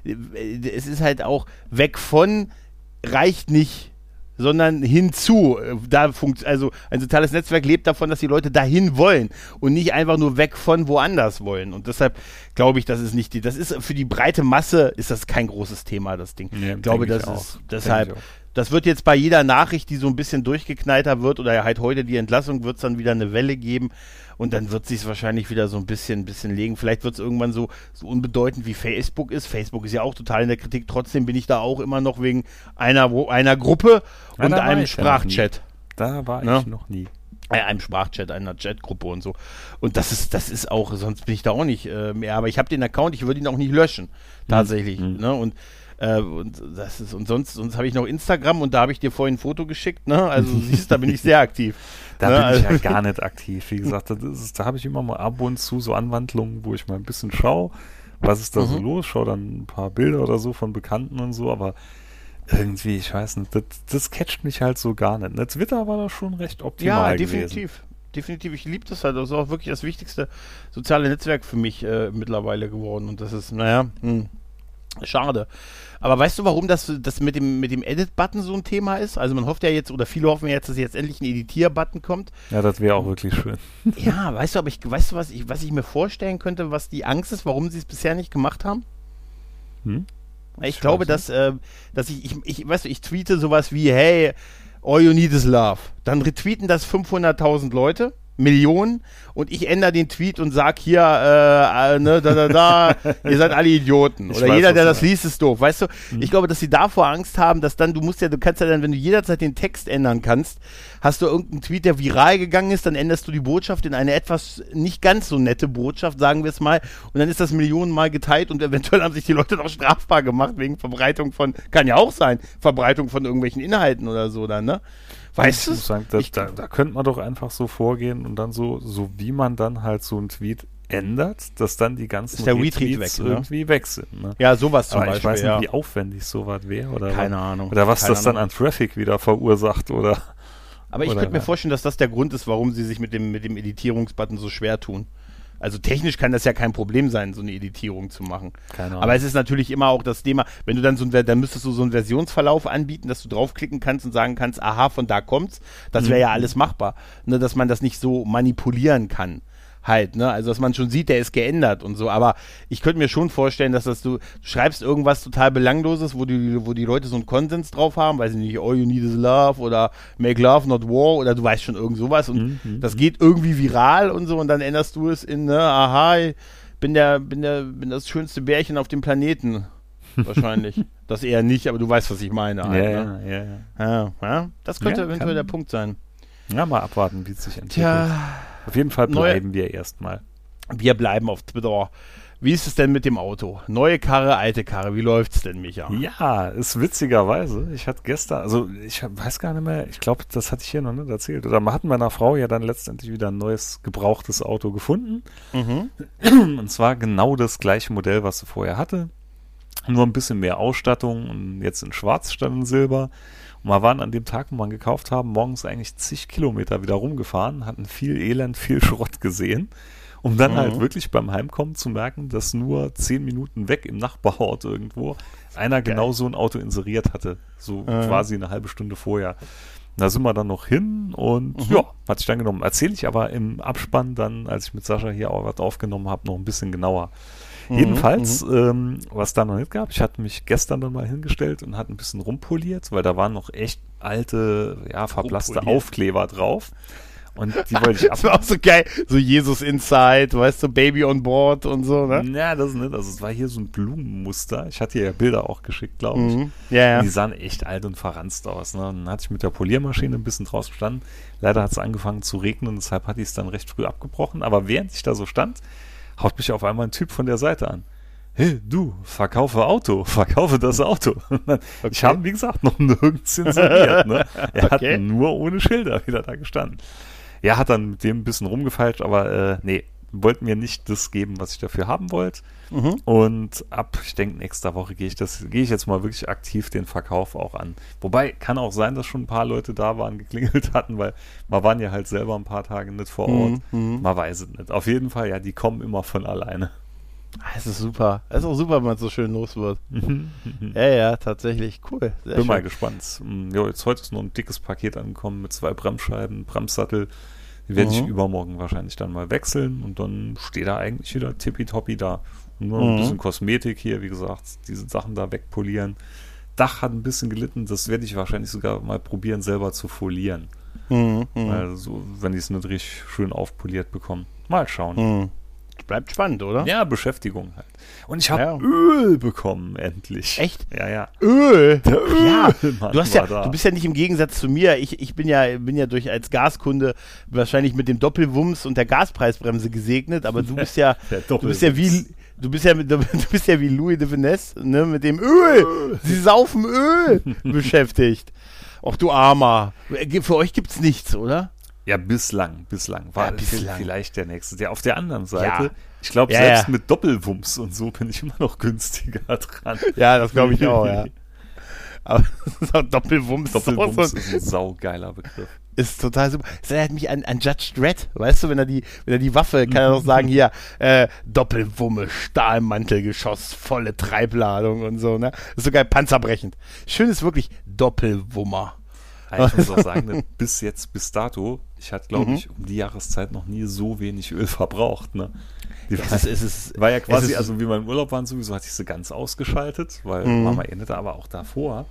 halt auch weg von, reicht nicht, sondern hinzu. Also ein soziales Netzwerk lebt davon, dass die Leute dahin wollen und nicht einfach nur weg von woanders wollen. Und deshalb glaube ich, das ist für die breite Masse ist das kein großes Thema, das Ding. Ja, ich glaube, das ist deshalb. Das wird jetzt bei jeder Nachricht, die so ein bisschen durchgeknallter wird, oder halt heute die Entlassung, wird es dann wieder eine Welle geben und dann wird es sich wahrscheinlich wieder so ein bisschen legen. Vielleicht wird es irgendwann so unbedeutend wie Facebook ist. Facebook ist ja auch total in der Kritik. Trotzdem bin ich da auch immer noch wegen einer Gruppe und einem Sprachchat. Da war ich noch nie. Einem Sprachchat, einer Chatgruppe und so. Und das ist auch, sonst bin ich da auch nicht mehr. Aber ich habe den Account, ich würde ihn auch nicht löschen. Tatsächlich. Ne? Und sonst habe ich noch Instagram und da habe ich dir vorhin ein Foto geschickt, ne? Also siehst, da bin ich sehr aktiv. Da bin ich ja gar nicht aktiv. Wie gesagt, da habe ich immer mal ab und zu so Anwandlungen, wo ich mal ein bisschen schaue, was ist da so los, schaue dann ein paar Bilder oder so von Bekannten und so, aber irgendwie, ich weiß nicht, das catcht mich halt so gar nicht. Twitter war da schon recht optimal gewesen. Definitiv, ich liebe das halt. Das ist auch wirklich das wichtigste soziale Netzwerk für mich mittlerweile geworden und das ist, schade. Aber weißt du, warum das mit dem Edit-Button so ein Thema ist? Also man hofft ja jetzt, oder viele hoffen ja jetzt, dass jetzt endlich ein Editier-Button kommt. Ja, das wäre auch wirklich schön. Ja, weißt du, was ich mir vorstellen könnte, was die Angst ist, warum sie es bisher nicht gemacht haben? Ich glaube, dass ich tweete sowas wie, hey, all you need is love. Dann retweeten das 500.000 Leute. Millionen und ich ändere den Tweet und sag hier, ihr seid alle Idioten. Oder jeder, der das liest, ist doof. Weißt du, ich glaube, dass sie davor Angst haben, dass dann, du kannst ja dann, wenn du jederzeit den Text ändern kannst, hast du irgendeinen Tweet, der viral gegangen ist, dann änderst du die Botschaft in eine etwas nicht ganz so nette Botschaft, sagen wir es mal, und dann ist das millionenmal geteilt und eventuell haben sich die Leute noch strafbar gemacht wegen Verbreitung von, kann ja auch sein, Verbreitung von irgendwelchen Inhalten oder so dann, ne? Weißt du? Da könnte man doch einfach so vorgehen und dann so wie man dann halt so einen Tweet ändert, dass dann die ganzen Retweets irgendwie weg sind. Ne? Ja, sowas zum Beispiel. Ich weiß nicht, wie aufwendig sowas wäre. Oder keine Ahnung. Oder was das dann an Traffic wieder verursacht. Aber ich könnte mir vorstellen, dass das der Grund ist, warum sie sich mit dem Editierungsbutton so schwer tun. Also technisch kann das ja kein Problem sein, so eine Editierung zu machen. Keine Ahnung. Aber es ist natürlich immer auch das Thema, wenn du dann dann müsstest du so einen Versionsverlauf anbieten, dass du draufklicken kannst und sagen kannst, aha, von da kommt's. Das wäre ja alles machbar. Ne, dass man das nicht so manipulieren kann. Halt, ne? Also, dass man schon sieht, der ist geändert und so. Aber ich könnte mir schon vorstellen, dass du schreibst irgendwas total Belangloses, wo die Leute so einen Konsens drauf haben, weiß ich nicht, all you need is love oder make love, not war oder du weißt schon irgend sowas und das geht irgendwie viral und so und dann änderst du es in, aha, bin das schönste Bärchen auf dem Planeten. Wahrscheinlich. Das eher nicht, aber du weißt, was ich meine. Halt, ja. Das könnte eventuell der Punkt sein. Ja, mal abwarten, wie es sich entwickelt. Auf jeden Fall bleiben wir erstmal. Wir bleiben auf Twitter. Wie ist es denn mit dem Auto? Neue Karre, alte Karre, wie läuft's denn, Micha? Ja, ist witzigerweise. Ich hatte gestern, weiß gar nicht mehr, ich glaube, das hatte ich hier noch nicht erzählt. Oder wir hatten meiner Frau ja dann letztendlich wieder ein neues, gebrauchtes Auto gefunden. Und zwar genau das gleiche Modell, was sie vorher hatte. Nur ein bisschen mehr Ausstattung und jetzt in Schwarz statt in Silber. Und wir waren an dem Tag, wo wir ihn gekauft haben, morgens eigentlich zig Kilometer wieder rumgefahren, hatten viel Elend, viel Schrott gesehen, um dann halt wirklich beim Heimkommen zu merken, dass nur 10 Minuten weg im Nachbarort irgendwo einer genau so ein Auto inseriert hatte. So quasi eine halbe Stunde vorher. Da sind wir dann noch hin und ja, hat sich dann genommen. Erzähle ich aber im Abspann dann, als ich mit Sascha hier auch was aufgenommen habe, noch ein bisschen genauer. Jedenfalls, was da noch nicht gab, ich hatte mich gestern dann mal hingestellt und hatte ein bisschen rumpoliert, weil da waren noch echt alte, ja, verblasste Aufkleber drauf. Und die wollte ich ab. Das war auch so geil. So Jesus Inside, weißt du, Baby on Board und so, ne? Ja, das ist nicht. Also es war hier so ein Blumenmuster. Ich hatte ja Bilder auch geschickt, glaube ich. Ja. Und die sahen echt alt und verranzt aus. Ne? Und dann hatte ich mit der Poliermaschine ein bisschen draußen gestanden. Leider hat es angefangen zu regnen, deshalb hatte ich es dann recht früh abgebrochen. Aber während ich da so stand, haut mich auf einmal ein Typ von der Seite an. Hey, du, verkaufe das Auto. Ich habe, wie gesagt, noch nirgends inseriert. Ne? Er hat nur ohne Schilder wieder da gestanden. Ja, hat dann mit dem ein bisschen rumgefeilscht, aber nee, wollten mir nicht das geben, was ich dafür haben wollte. Und ich denke, nächste Woche gehe ich jetzt mal wirklich aktiv den Verkauf auch an. Wobei, kann auch sein, dass schon ein paar Leute da waren, geklingelt hatten, weil wir waren ja halt selber ein paar Tage nicht vor Ort. Man weiß es nicht. Auf jeden Fall, ja, die kommen immer von alleine. Es ist super. Es ist auch super, wenn man so schön los wird. Ja, tatsächlich. Cool. Sehr Bin schön. mal gespannt. Ja, jetzt heute ist noch ein dickes Paket angekommen mit 2 Bremsscheiben, Bremssattel. Die werde ich übermorgen wahrscheinlich dann mal wechseln und dann steht er eigentlich wieder tippitoppi da. Und nur ein bisschen Kosmetik hier, wie gesagt, diese Sachen da wegpolieren. Dach hat ein bisschen gelitten, das werde ich wahrscheinlich sogar mal probieren, selber zu folieren. Also, wenn ich es nicht richtig schön aufpoliert bekomme. Mal schauen. Bleibt spannend, oder? Ja, Beschäftigung halt. Und ich habe Öl bekommen, endlich. Echt? Ja. Öl? Der Ölmann du bist ja nicht im Gegensatz zu mir. Ich bin ja als Gaskunde wahrscheinlich mit dem Doppelwumms und der Gaspreisbremse gesegnet, aber du bist ja, du bist ja wie Louis de Finesse, ne, mit dem Öl. Sie saufen Öl beschäftigt. Och, du Armer. Für euch gibt's nichts, oder? Ja, bislang. War vielleicht der nächste. Der auf der anderen Seite, Ja. ich glaube, selbst mit Doppelwumms und so bin ich immer noch günstiger dran. Ja, das glaube ich auch, ja. Aber Doppelwumms ist ein saugeiler Begriff. ist total super. Es erinnert mich an Judge Dredd, weißt du, wenn er die Waffe, kann er doch sagen, hier, Doppelwumme, Stahlmantelgeschoss, volle Treibladung und so, ne? Das ist so geil, panzerbrechend. Schön ist wirklich Doppelwummer. Ich muss auch sagen, bis dato, ich hatte, glaube ich, um die Jahreszeit noch nie so wenig Öl verbraucht, ne? War ja quasi, also wie wir im Urlaub waren, sowieso hatte ich sie ganz ausgeschaltet, weil Mama endete, aber auch davor,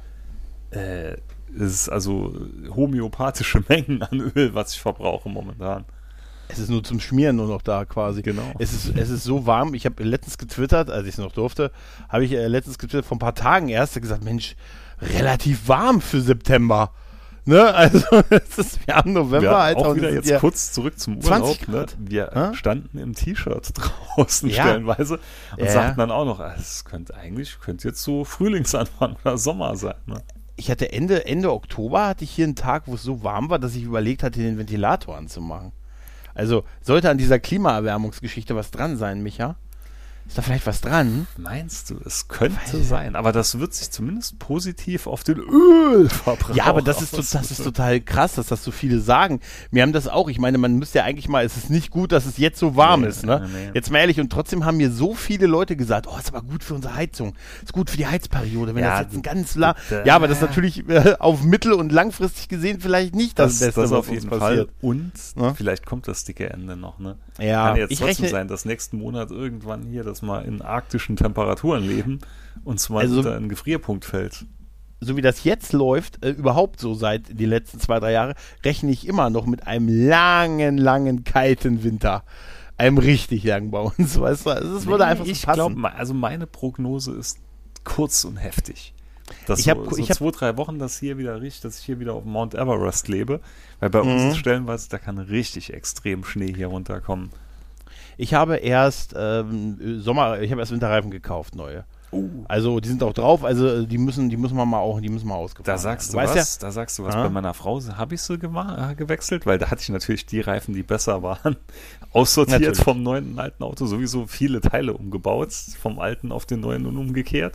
es ist also homöopathische Mengen an Öl, was ich verbrauche momentan. Es ist nur zum Schmieren nur noch da quasi. Genau. Es ist so warm. Ich habe letztens getwittert, als ich es noch durfte, vor ein paar Tagen erst gesagt, Mensch, relativ warm für September. Ne, also wir haben November. Wir auch wieder jetzt kurz zurück zum Urlaub. 20 Ne? Wir standen im T-Shirt draußen stellenweise und sagten dann auch noch, es könnte jetzt so Frühlingsanfang oder Sommer sein. Ne? Ich hatte Ende Oktober hatte ich hier einen Tag, wo es so warm war, dass ich überlegt hatte, den Ventilator anzumachen. Also sollte an dieser Klimaerwärmungsgeschichte was dran sein, Micha? Ist da vielleicht was dran? Meinst du, es könnte sein, aber das wird sich zumindest positiv auf den Ölverbrauch. Ja, aber das ist total krass, dass das so viele sagen. Wir haben das auch, ich meine, man müsste ja eigentlich mal, es ist nicht gut, dass es jetzt so warm ist, ne? Nee. Jetzt mal ehrlich, und trotzdem haben mir so viele Leute gesagt, ist aber gut für unsere Heizung, ist gut für die Heizperiode, wenn das jetzt ein ganz aber das ist natürlich auf mittel- und langfristig gesehen vielleicht nicht das Beste, das was auf jeden passiert. Fall. Und vielleicht kommt das dicke Ende noch, ne? Ja, kann jetzt trotzdem sein, dass nächsten Monat irgendwann hier, dass wir in arktischen Temperaturen leben und zwar unter einen Gefrierpunkt fällt. So wie das jetzt läuft, überhaupt so seit die letzten 2-3 Jahre, rechne ich immer noch mit einem langen, kalten Winter. Einem richtig langen bei uns, weißt du? Es würde einfach so passen. Ich glaube, also meine Prognose ist kurz und heftig. Ich habe 2-3 Wochen, dass ich hier wieder auf Mount Everest lebe, weil bei uns stellenweise, da kann richtig extrem Schnee hier runterkommen. Ich habe erst Winterreifen gekauft, neue. Also die sind auch drauf, also die müssen wir ausgefahren. Da sagst du was, bei meiner Frau habe ich sie gewechselt, weil da hatte ich natürlich die Reifen, die besser waren, aussortiert vom neuen alten Auto, sowieso viele Teile umgebaut, vom alten auf den neuen und umgekehrt.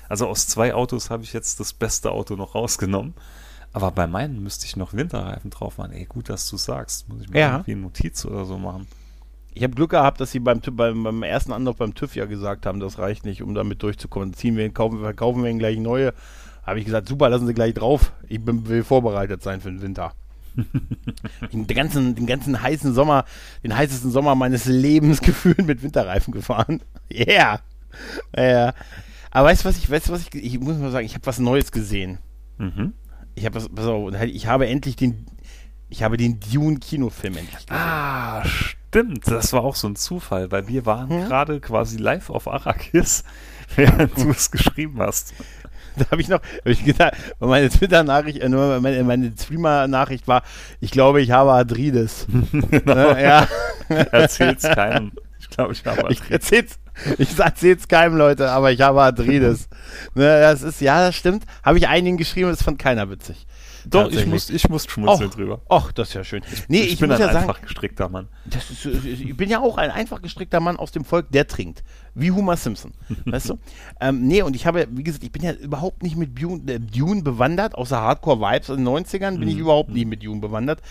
Also aus 2 Autos habe ich jetzt das beste Auto noch rausgenommen. Aber bei meinen müsste ich noch Winterreifen drauf machen. Ey, gut, dass du sagst. Muss ich mir irgendwie eine Notiz oder so machen. Ich habe Glück gehabt, dass sie beim ersten Anlauf beim TÜV ja gesagt haben, das reicht nicht, um damit durchzukommen. Verkaufen wir ihn gleich neue. Habe ich gesagt, super, lassen Sie gleich drauf. Ich will vorbereitet sein für den Winter. den ganzen heißen Sommer, den heißesten Sommer meines Lebens gefühlt mit Winterreifen gefahren. Yeah. Aber weißt du was ich muss mal sagen, ich habe was Neues gesehen. Mhm. Ich habe den Dune-Kinofilm endlich gesehen. Ah, stimmt. Das war auch so ein Zufall, weil wir waren gerade quasi live auf Arrakis, während du es geschrieben hast. Da habe ich gedacht, meine Twitter-Nachricht, meine Streamer-Nachricht war, ich glaube, ich habe Arthritis. Genau. Ja. Erzähl's keinem. Ich glaube, ich habe Arthritis. Ich erzähl's keinem, Leute, aber ich habe Arthritis. Das stimmt. Habe ich einigen geschrieben, das fand keiner witzig. Doch, ich muss schmunzeln drüber. Ach, das ist ja schön. Ich bin ein einfach gestrickter Mann. Ich bin ja auch ein einfach gestrickter Mann aus dem Volk, der trinkt. Wie Homer Simpson. Weißt du? Und ich habe, wie gesagt, ich bin ja überhaupt nicht mit Dune bewandert, außer Hardcore-Vibes in den 90ern bin ich überhaupt nie mit Dune bewandert.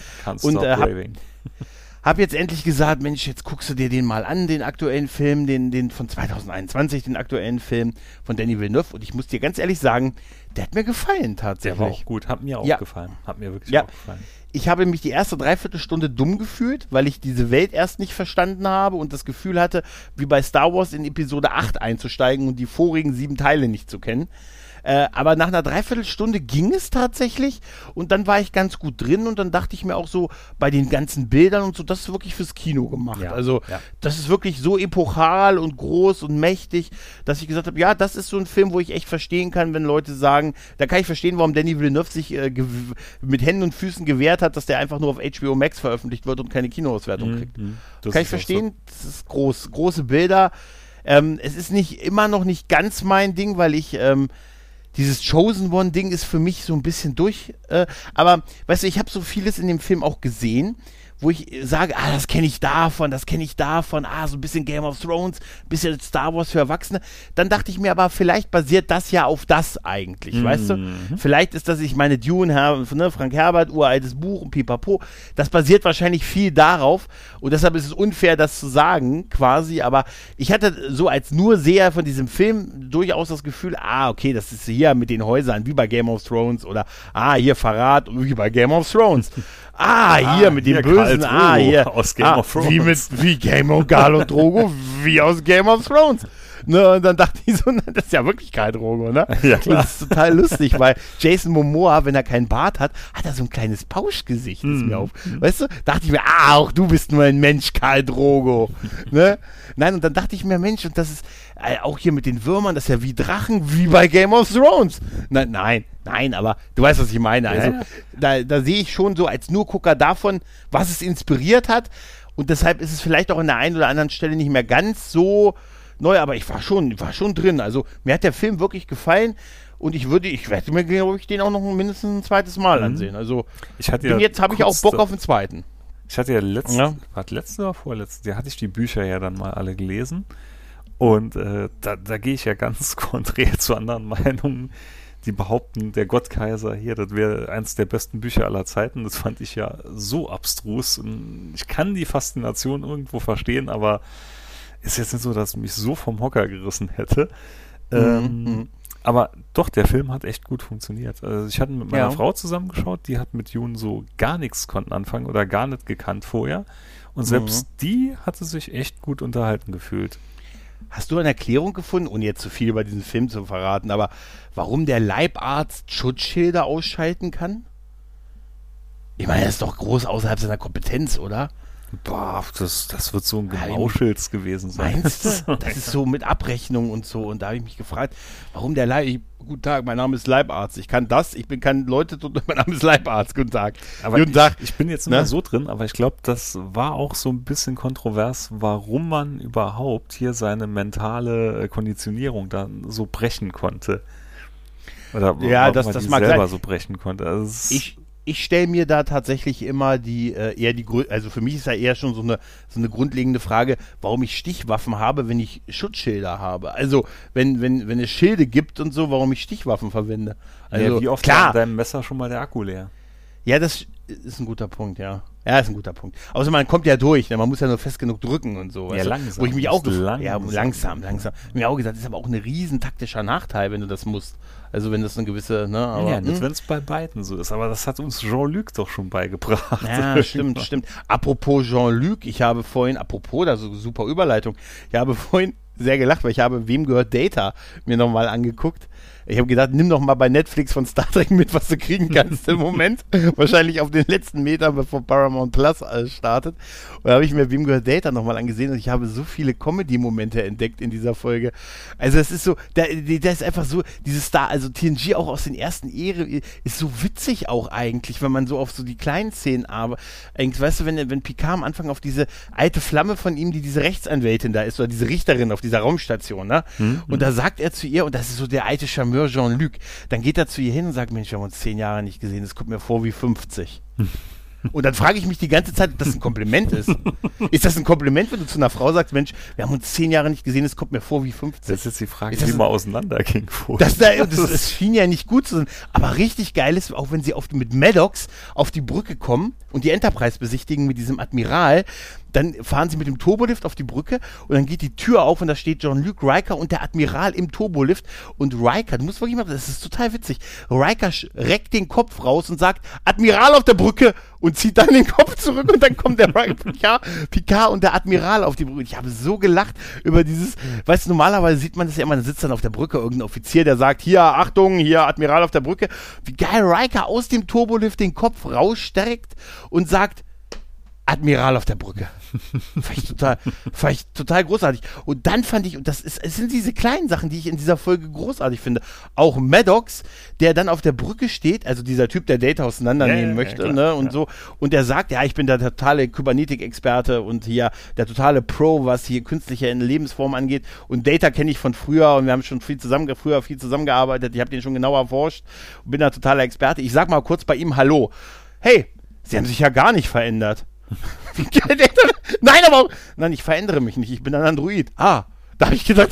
Hab jetzt endlich gesagt, Mensch, jetzt guckst du dir den mal an, den aktuellen Film, den von 2021, den aktuellen Film von Denis Villeneuve. Und ich muss dir ganz ehrlich sagen, der hat mir gefallen tatsächlich. Der war auch gut, hat mir auch gefallen. Hat mir wirklich auch gefallen. Ich habe mich die erste Dreiviertelstunde dumm gefühlt, weil ich diese Welt erst nicht verstanden habe und das Gefühl hatte, wie bei Star Wars in Episode 8 einzusteigen und die vorigen 7 Teile nicht zu kennen. Aber nach einer Dreiviertelstunde ging es tatsächlich und dann war ich ganz gut drin und dann dachte ich mir auch so, bei den ganzen Bildern und so, das ist wirklich fürs Kino gemacht. Das ist wirklich so epochal und groß und mächtig, dass ich gesagt habe, ja, das ist so ein Film, wo ich echt verstehen kann, wenn Leute sagen, da kann ich verstehen, warum Denis Villeneuve sich mit Händen und Füßen gewehrt hat, dass der einfach nur auf HBO Max veröffentlicht wird und keine Kinoauswertung kriegt. Kann ich verstehen, das ist große Bilder. Es ist immer noch nicht ganz mein Ding, weil ich dieses Chosen One-Ding ist für mich so ein bisschen durch. Aber, weißt du, ich habe so vieles in dem Film auch gesehen, wo ich sage, das kenne ich davon, so ein bisschen Game of Thrones, ein bisschen Star Wars für Erwachsene. Dann dachte ich mir aber, vielleicht basiert das ja auf das eigentlich, weißt du? Vielleicht ist das, ich meine, Dune, Frank Herbert, uraltes Buch und pipapo, das basiert wahrscheinlich viel darauf und deshalb ist es unfair, das zu sagen, quasi, aber ich hatte so als nur Seher von diesem Film durchaus das Gefühl, okay, das ist hier mit den Häusern, wie bei Game of Thrones oder, hier Verrat, wie bei Game of Thrones. Hier mit dem Bösen, hier. Aus Game of Thrones. Wie Game of Khal Drogo, wie aus Game of Thrones. Ne, und dann dachte ich so, das ist ja wirklich Khal Drogo, ne? Ja, klar. Das ist total lustig, weil Jason Momoa, wenn er keinen Bart hat, hat er so ein kleines Pauschgesicht, ist mir auf. Weißt du? Dachte ich mir, auch du bist nur ein Mensch, Khal Drogo. Ne? Nein, und dann dachte ich mir, Mensch, und das ist auch hier mit den Würmern, das ist ja wie Drachen, wie bei Game of Thrones. Nein, aber du weißt, was ich meine. Also, da sehe ich schon so als Nurgucker davon, was es inspiriert hat. Und deshalb ist es vielleicht auch an der einen oder anderen Stelle nicht mehr ganz so neu, aber ich war schon drin. Also, mir hat der Film wirklich gefallen. Und ich werde mir, glaube ich, den auch noch mindestens ein zweites Mal ansehen. Also, jetzt habe ich auch Bock auf den zweiten. Ich hatte ja letzte oder vorletzte, hatte ich die Bücher ja dann mal alle gelesen. Und da gehe ich ja ganz konträr zu anderen Meinungen, die behaupten, der Gottkaiser hier, das wäre eins der besten Bücher aller Zeiten. Das fand ich ja so abstrus. Und ich kann die Faszination irgendwo verstehen, aber ist jetzt nicht so, dass es mich so vom Hocker gerissen hätte. Aber doch, der Film hat echt gut funktioniert. Also ich hatte mit meiner Frau zusammengeschaut, die hat mit Dune so gar nichts konnten anfangen oder gar nicht gekannt vorher. Und selbst die hatte sich echt gut unterhalten gefühlt. Hast du eine Erklärung gefunden, ohne jetzt zu viel über diesen Film zu verraten, aber warum der Leibarzt Schutzschilder ausschalten kann? Ich meine, das ist doch groß außerhalb seiner Kompetenz, oder? Boah, das wird so ein Gemauschels gewesen sein. Meinst du? Das ist so mit Abrechnung und so. Und da habe ich mich gefragt, warum der guten Tag, mein Name ist Leibarzt. Ich kann Leute, mein Name ist Leibarzt, guten Tag. Aber ich bin jetzt immer so drin, aber ich glaube, das war auch so ein bisschen kontrovers, warum man überhaupt hier seine mentale Konditionierung dann so brechen konnte. Oder ja, warum man die selber so brechen konnte. Also Ich stelle mir da tatsächlich immer also für mich ist ja eher schon so eine grundlegende Frage, warum ich Stichwaffen habe, wenn ich Schutzschilder habe. Also wenn es Schilde gibt und so, warum ich Stichwaffen verwende. Also wie oft klar, war deinem Messer schon mal der Akku leer? Ja, das ist ein guter Punkt, ja. Ja, ist ein guter Punkt. Außer man kommt ja durch, ne? Man muss ja nur fest genug drücken und so. Ja, langsam. Wo ich mich auch langsam. Mir auch gesagt, das ist aber auch ein riesen taktischer Nachteil, wenn du das musst. Also wenn das eine gewisse, ne, aber, ja, wenn es bei beiden so ist. Aber das hat uns Jean-Luc doch schon beigebracht. Ja, stimmt. Apropos Jean-Luc, also super Überleitung, ich habe vorhin sehr gelacht, weil ich habe Wem gehört Data mir nochmal angeguckt. Ich habe gedacht, nimm doch mal bei Netflix von Star Trek mit, was du kriegen kannst im Moment. Wahrscheinlich auf den letzten Metern, bevor Paramount Plus startet. Und da habe ich mir Wem gehört Data nochmal angesehen und ich habe so viele Comedy-Momente entdeckt in dieser Folge. Also es ist so, da ist einfach so, dieses also TNG auch aus den ersten Ehren ist so witzig auch eigentlich, wenn man so auf so die kleinen Szenen weißt du, wenn Picard am Anfang auf diese alte Flamme von ihm, die diese Rechtsanwältin da ist, oder diese Richterin auf dieser Raumstation, ne? Und da sagt er zu ihr, und das ist so der alte Charmeur Jean-Luc, dann geht er zu ihr hin und sagt, Mensch, wir haben uns 10 Jahre nicht gesehen, das kommt mir vor wie 50. Und dann frage ich mich die ganze Zeit, ob das ein Kompliment ist. Ist das ein Kompliment, wenn du zu einer Frau sagst, Mensch, wir haben uns 10 Jahre nicht gesehen, es kommt mir vor wie 50? Das ist jetzt die Frage, wie man auseinanderging vorher. Das schien ja nicht gut zu sein. Aber richtig geil ist, auch wenn sie mit Maddox auf die Brücke kommen und die Enterprise besichtigen mit diesem Admiral, dann fahren sie mit dem Turbolift auf die Brücke und dann geht die Tür auf und da steht Jean-Luc, Riker und der Admiral im Turbolift und Riker, du musst wirklich mal, das ist total witzig, Riker reckt den Kopf raus und sagt, Admiral auf der Brücke und zieht dann den Kopf zurück und dann kommt der Picard und der Admiral auf die Brücke. Ich habe so gelacht über dieses, weißt du, normalerweise sieht man das ja immer, da sitzt dann auf der Brücke irgendein Offizier, der sagt, hier, Achtung, hier, Admiral auf der Brücke. Wie geil Riker aus dem Turbolift den Kopf rausstreckt und sagt, Admiral auf der Brücke. Fand ich total großartig. Und dann fand ich, und es sind diese kleinen Sachen, die ich in dieser Folge großartig finde. Auch Maddox, der dann auf der Brücke steht, also dieser Typ, der Data auseinandernehmen möchte, klar, ne, und so. Und der sagt, ja, ich bin der totale Kybernetik-Experte und hier der totale Pro, was hier künstliche Lebensform angeht. Und Data kenne ich von früher und wir haben schon viel zusammengearbeitet. Ich habe den schon genau erforscht und bin da totaler Experte. Ich sag mal kurz bei ihm Hallo. Hey, Sie haben sich ja gar nicht verändert. Nein, ich verändere mich nicht, ich bin ein Android. Da habe ich gedacht,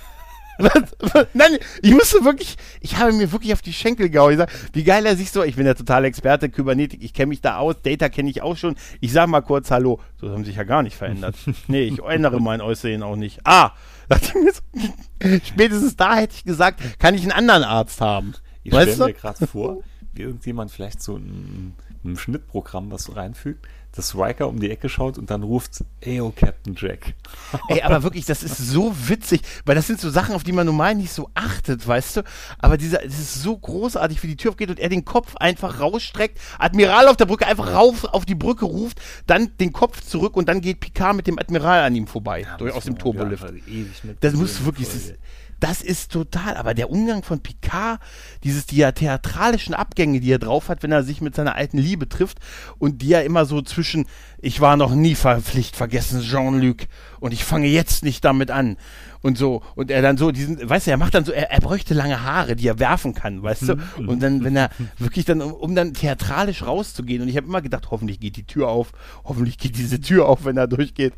nein, ich habe mir wirklich auf die Schenkel gehauen. Ich sag, wie geil er sich so, ich bin der totale Experte, Kybernetik, ich kenne mich da aus, Data kenne ich auch schon. Ich sage mal kurz Hallo. So haben sich ja gar nicht verändert. Nee, ich ändere mein Aussehen auch nicht. Dachte ich mir so, spätestens da hätte ich gesagt, kann ich einen anderen Arzt haben. Ich stelle mir gerade vor, wie irgendjemand vielleicht so ein Schnittprogramm, was so reinfügt, dass Riker um die Ecke schaut und dann ruft, Eyo, Captain Jack. Ey, aber wirklich, das ist so witzig, weil das sind so Sachen, auf die man normal nicht so achtet, weißt du, aber das ist so großartig, wie die Tür aufgeht und er den Kopf einfach rausstreckt, Admiral auf der Brücke einfach rauf auf die Brücke ruft, dann den Kopf zurück und dann geht Picard mit dem Admiral an ihm vorbei, aus dem Turbolift. Das muss wirklich... Das ist total, aber der Umgang von Picard, die theatralischen Abgänge, die er drauf hat, wenn er sich mit seiner alten Liebe trifft und die er immer so zwischen, ich war noch nie vergessen, Jean-Luc, und ich fange jetzt nicht damit an und so, und er dann so, weißt du, er macht dann so, er bräuchte lange Haare, die er werfen kann, weißt du, und dann, wenn er wirklich dann, um dann theatralisch rauszugehen, und ich habe immer gedacht, hoffentlich geht die Tür auf, hoffentlich geht diese Tür auf, wenn er durchgeht.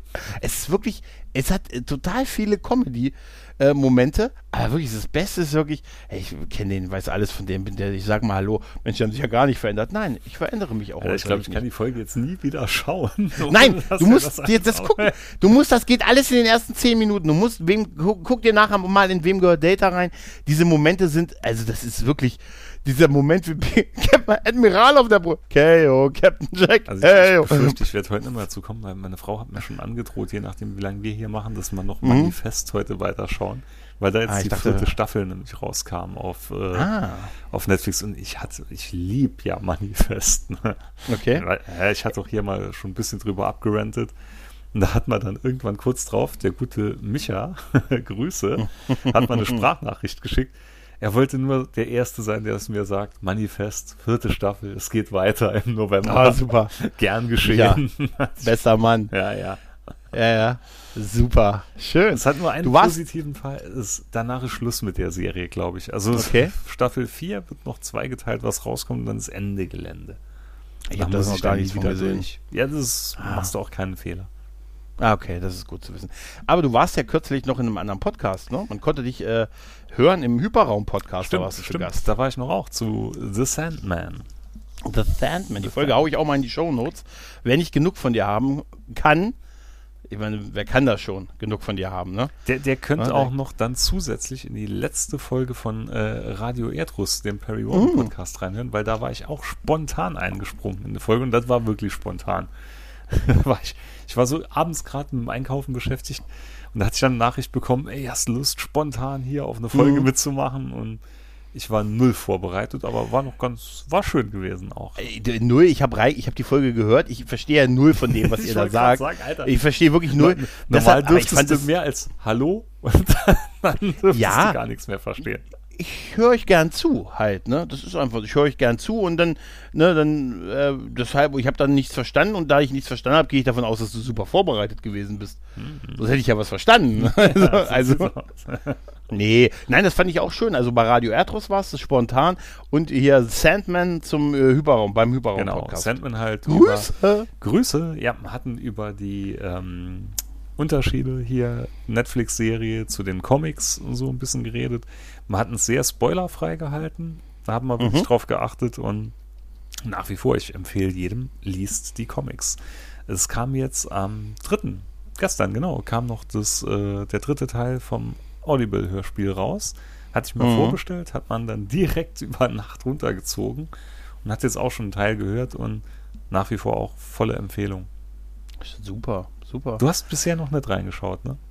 Es hat total viele Comedy-Momente, aber wirklich das Beste ist wirklich, ich kenne den, weiß alles von dem, ich sag mal Hallo, Mensch, die haben sich ja gar nicht verändert. Nein, ich verändere mich auch. Also ich glaube, ich kann die Folge jetzt nie wieder schauen. Nein, du musst das gucken. Das geht alles in den ersten 10 Minuten. Du musst, guck dir nachher mal in Wem gehört Data rein. Diese Momente sind, also das ist wirklich, dieser Moment wie Admiral auf der Brücke. Okay, Captain Jack. Also ich befürchte, ich werde heute nicht mehr dazu kommen, weil meine Frau hat mir schon angedroht, je nachdem, wie lange wir hier machen, dass wir noch Manifest heute weiterschauen. Weil da jetzt die 4. Staffel nämlich rauskam auf Netflix und ich liebe ja Manifest. Ne? Okay. Ich hatte auch hier mal schon ein bisschen drüber abgerantet. Und da hat man dann irgendwann kurz drauf, der gute Micha, Grüße, hat mal eine Sprachnachricht geschickt. Er wollte nur der Erste sein, der es mir sagt, Manifest, 4. Staffel, es geht weiter im November. Super. Gern geschehen. Ja. Bester Mann. Ja. Super. Schön. Es hat nur einen positiven Fall. Danach ist Schluss mit der Serie, glaube ich. Also Staffel 4 wird noch zweigeteilt, was rauskommt und dann ist Ende Gelände. Ich habe das noch gar nicht wieder gesehen. Ja, machst du auch keinen Fehler. Ah, okay, das ist gut zu wissen. Aber du warst ja kürzlich noch in einem anderen Podcast, ne? Man konnte dich hören im Hyperraum-Podcast. Stimmt, da warst du zu Gast. Da war ich noch auch zu The Sandman. The Sandman, die Folge haue ich auch mal in die Shownotes. Wer nicht genug von dir haben kann, ich meine, wer kann das schon, genug von dir haben, ne? Der könnte auch noch dann zusätzlich in die letzte Folge von Radio Erdrus, dem Perry Warren Podcast, reinhören, weil da war ich auch spontan eingesprungen in die Folge und das war wirklich spontan. Ich war so abends gerade mit dem Einkaufen beschäftigt und da hatte ich dann eine Nachricht bekommen, ey, hast du Lust, spontan hier auf eine Folge mitzumachen? Und ich war null vorbereitet, aber war schön gewesen auch. Null, ich hab die Folge gehört, ich verstehe ja null von dem, was ihr da sagt. Alter, ich verstehe wirklich null. Normal dürftest du mehr als Hallo und dann dürftest du gar nichts mehr verstehen. Ich höre euch gern zu, halt, ne? Das ist einfach, ich höre euch gern zu und dann, deshalb, ich habe dann nichts verstanden und da ich nichts verstanden habe, gehe ich davon aus, dass du super vorbereitet gewesen bist. Sonst hätte ich ja was verstanden. Nee, nein, das fand ich auch schön. Also bei Radio Erdrus war es spontan und hier Sandman zum Hyperraum, beim Hyperraum-Podcast. Genau, Sandman halt Grüße, ja, hatten über die Unterschiede hier, Netflix-Serie zu den Comics und so ein bisschen geredet. Man hat uns sehr spoilerfrei gehalten, da haben wir wirklich drauf geachtet und nach wie vor, ich empfehle jedem, liest die Comics. Es kam jetzt am 3., gestern genau, kam noch der 3. Teil vom Audible-Hörspiel raus. Hatte ich mir vorbestellt, hat man dann direkt über Nacht runtergezogen und hat jetzt auch schon einen Teil gehört und nach wie vor auch volle Empfehlung. Super. Du hast bisher noch nicht reingeschaut, ne?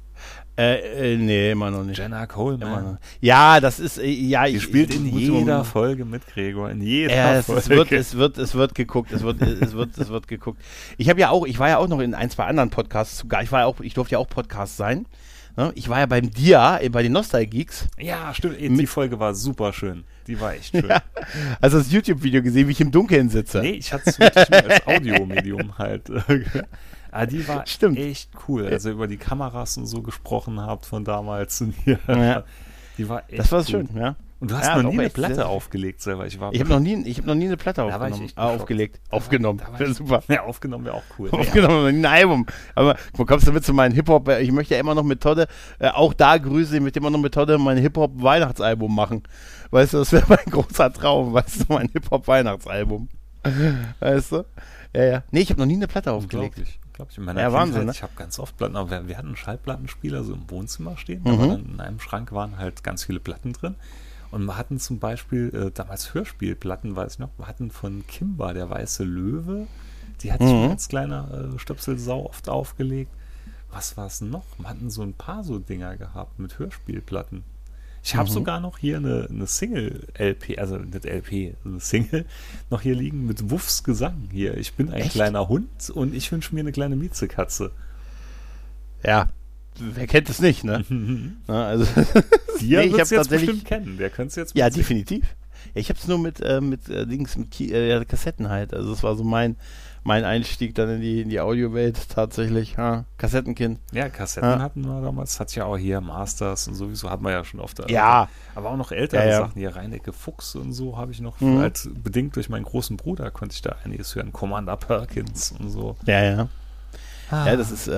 Nee, immer noch nicht. Jenna Coleman. Ja, das ist, die spielt in jeder Folge mit Gregor, in jeder Folge. Es wird geguckt, es wird geguckt. Ich war ja auch noch in ein, zwei anderen Podcasts sogar, ich durfte ja auch Podcast sein. Ne? Ich war ja beim Dia, bei den Nostalgeeks. Ja, stimmt, die Folge war super schön. Die war echt schön. Ja. Also das YouTube-Video gesehen, wie ich im Dunkeln sitze. Nee, ich hatte es wirklich nur als Audiomedium halt. Aber die war echt cool. Also über die Kameras und so gesprochen habt von damals. Und hier. Ja. Die war echt das war cool. Schön, ja. Und du hast noch nie eine Platte aufgelegt selber. Ich habe noch nie eine Platte aufgelegt. Aufgenommen. Super. Ja, aufgenommen wäre auch cool. Aufgenommen, ein Album. Aber wo kommst du mit zu meinem Hip-Hop? Ich möchte ja immer noch mit Todde, auch da Grüße, ich möchte immer noch mit Todde mein Hip-Hop-Weihnachtsalbum machen. Weißt du, das wäre mein großer Traum. Weißt du, mein Hip-Hop-Weihnachtsalbum. Weißt du? Ja. Nee, ich habe noch nie eine Platte aufgelegt. Ich in meiner Wahnsinn, ne? Ich habe ganz oft Platten, aber wir hatten einen Schallplattenspieler so im Wohnzimmer stehen, aber dann in einem Schrank waren halt ganz viele Platten drin und wir hatten zum Beispiel damals Hörspielplatten, weiß ich noch, wir hatten von Kimba, der Weiße Löwe, die hatte ich mir als kleiner Stöpselsau oft aufgelegt. Was war es noch? Wir hatten so ein paar so Dinger gehabt mit Hörspielplatten. Ich habe sogar noch hier eine Single-LP, also nicht LP, eine Single, noch hier liegen mit Wuffs Gesang hier. Ich bin ein kleiner Hund und ich wünsche mir eine kleine Miezekatze. Ja, wer kennt es nicht, ne? Na, also, ich habe jetzt bestimmt kennen, der könnte es jetzt ja, definitiv. Ja, ich habe es nur mit Kassetten halt, also das war so mein Einstieg dann in die Audiowelt tatsächlich, Kassettenkind. Ja, Kassetten hatten wir damals, hat ja auch hier Masters und sowieso hatten wir ja schon oft. Ja. Aber auch noch ältere Sachen, hier Reinecke Fuchs und so habe ich noch, halt bedingt durch meinen großen Bruder konnte ich da einiges hören, Commander Perkins und so. Ja. Ja, das ist,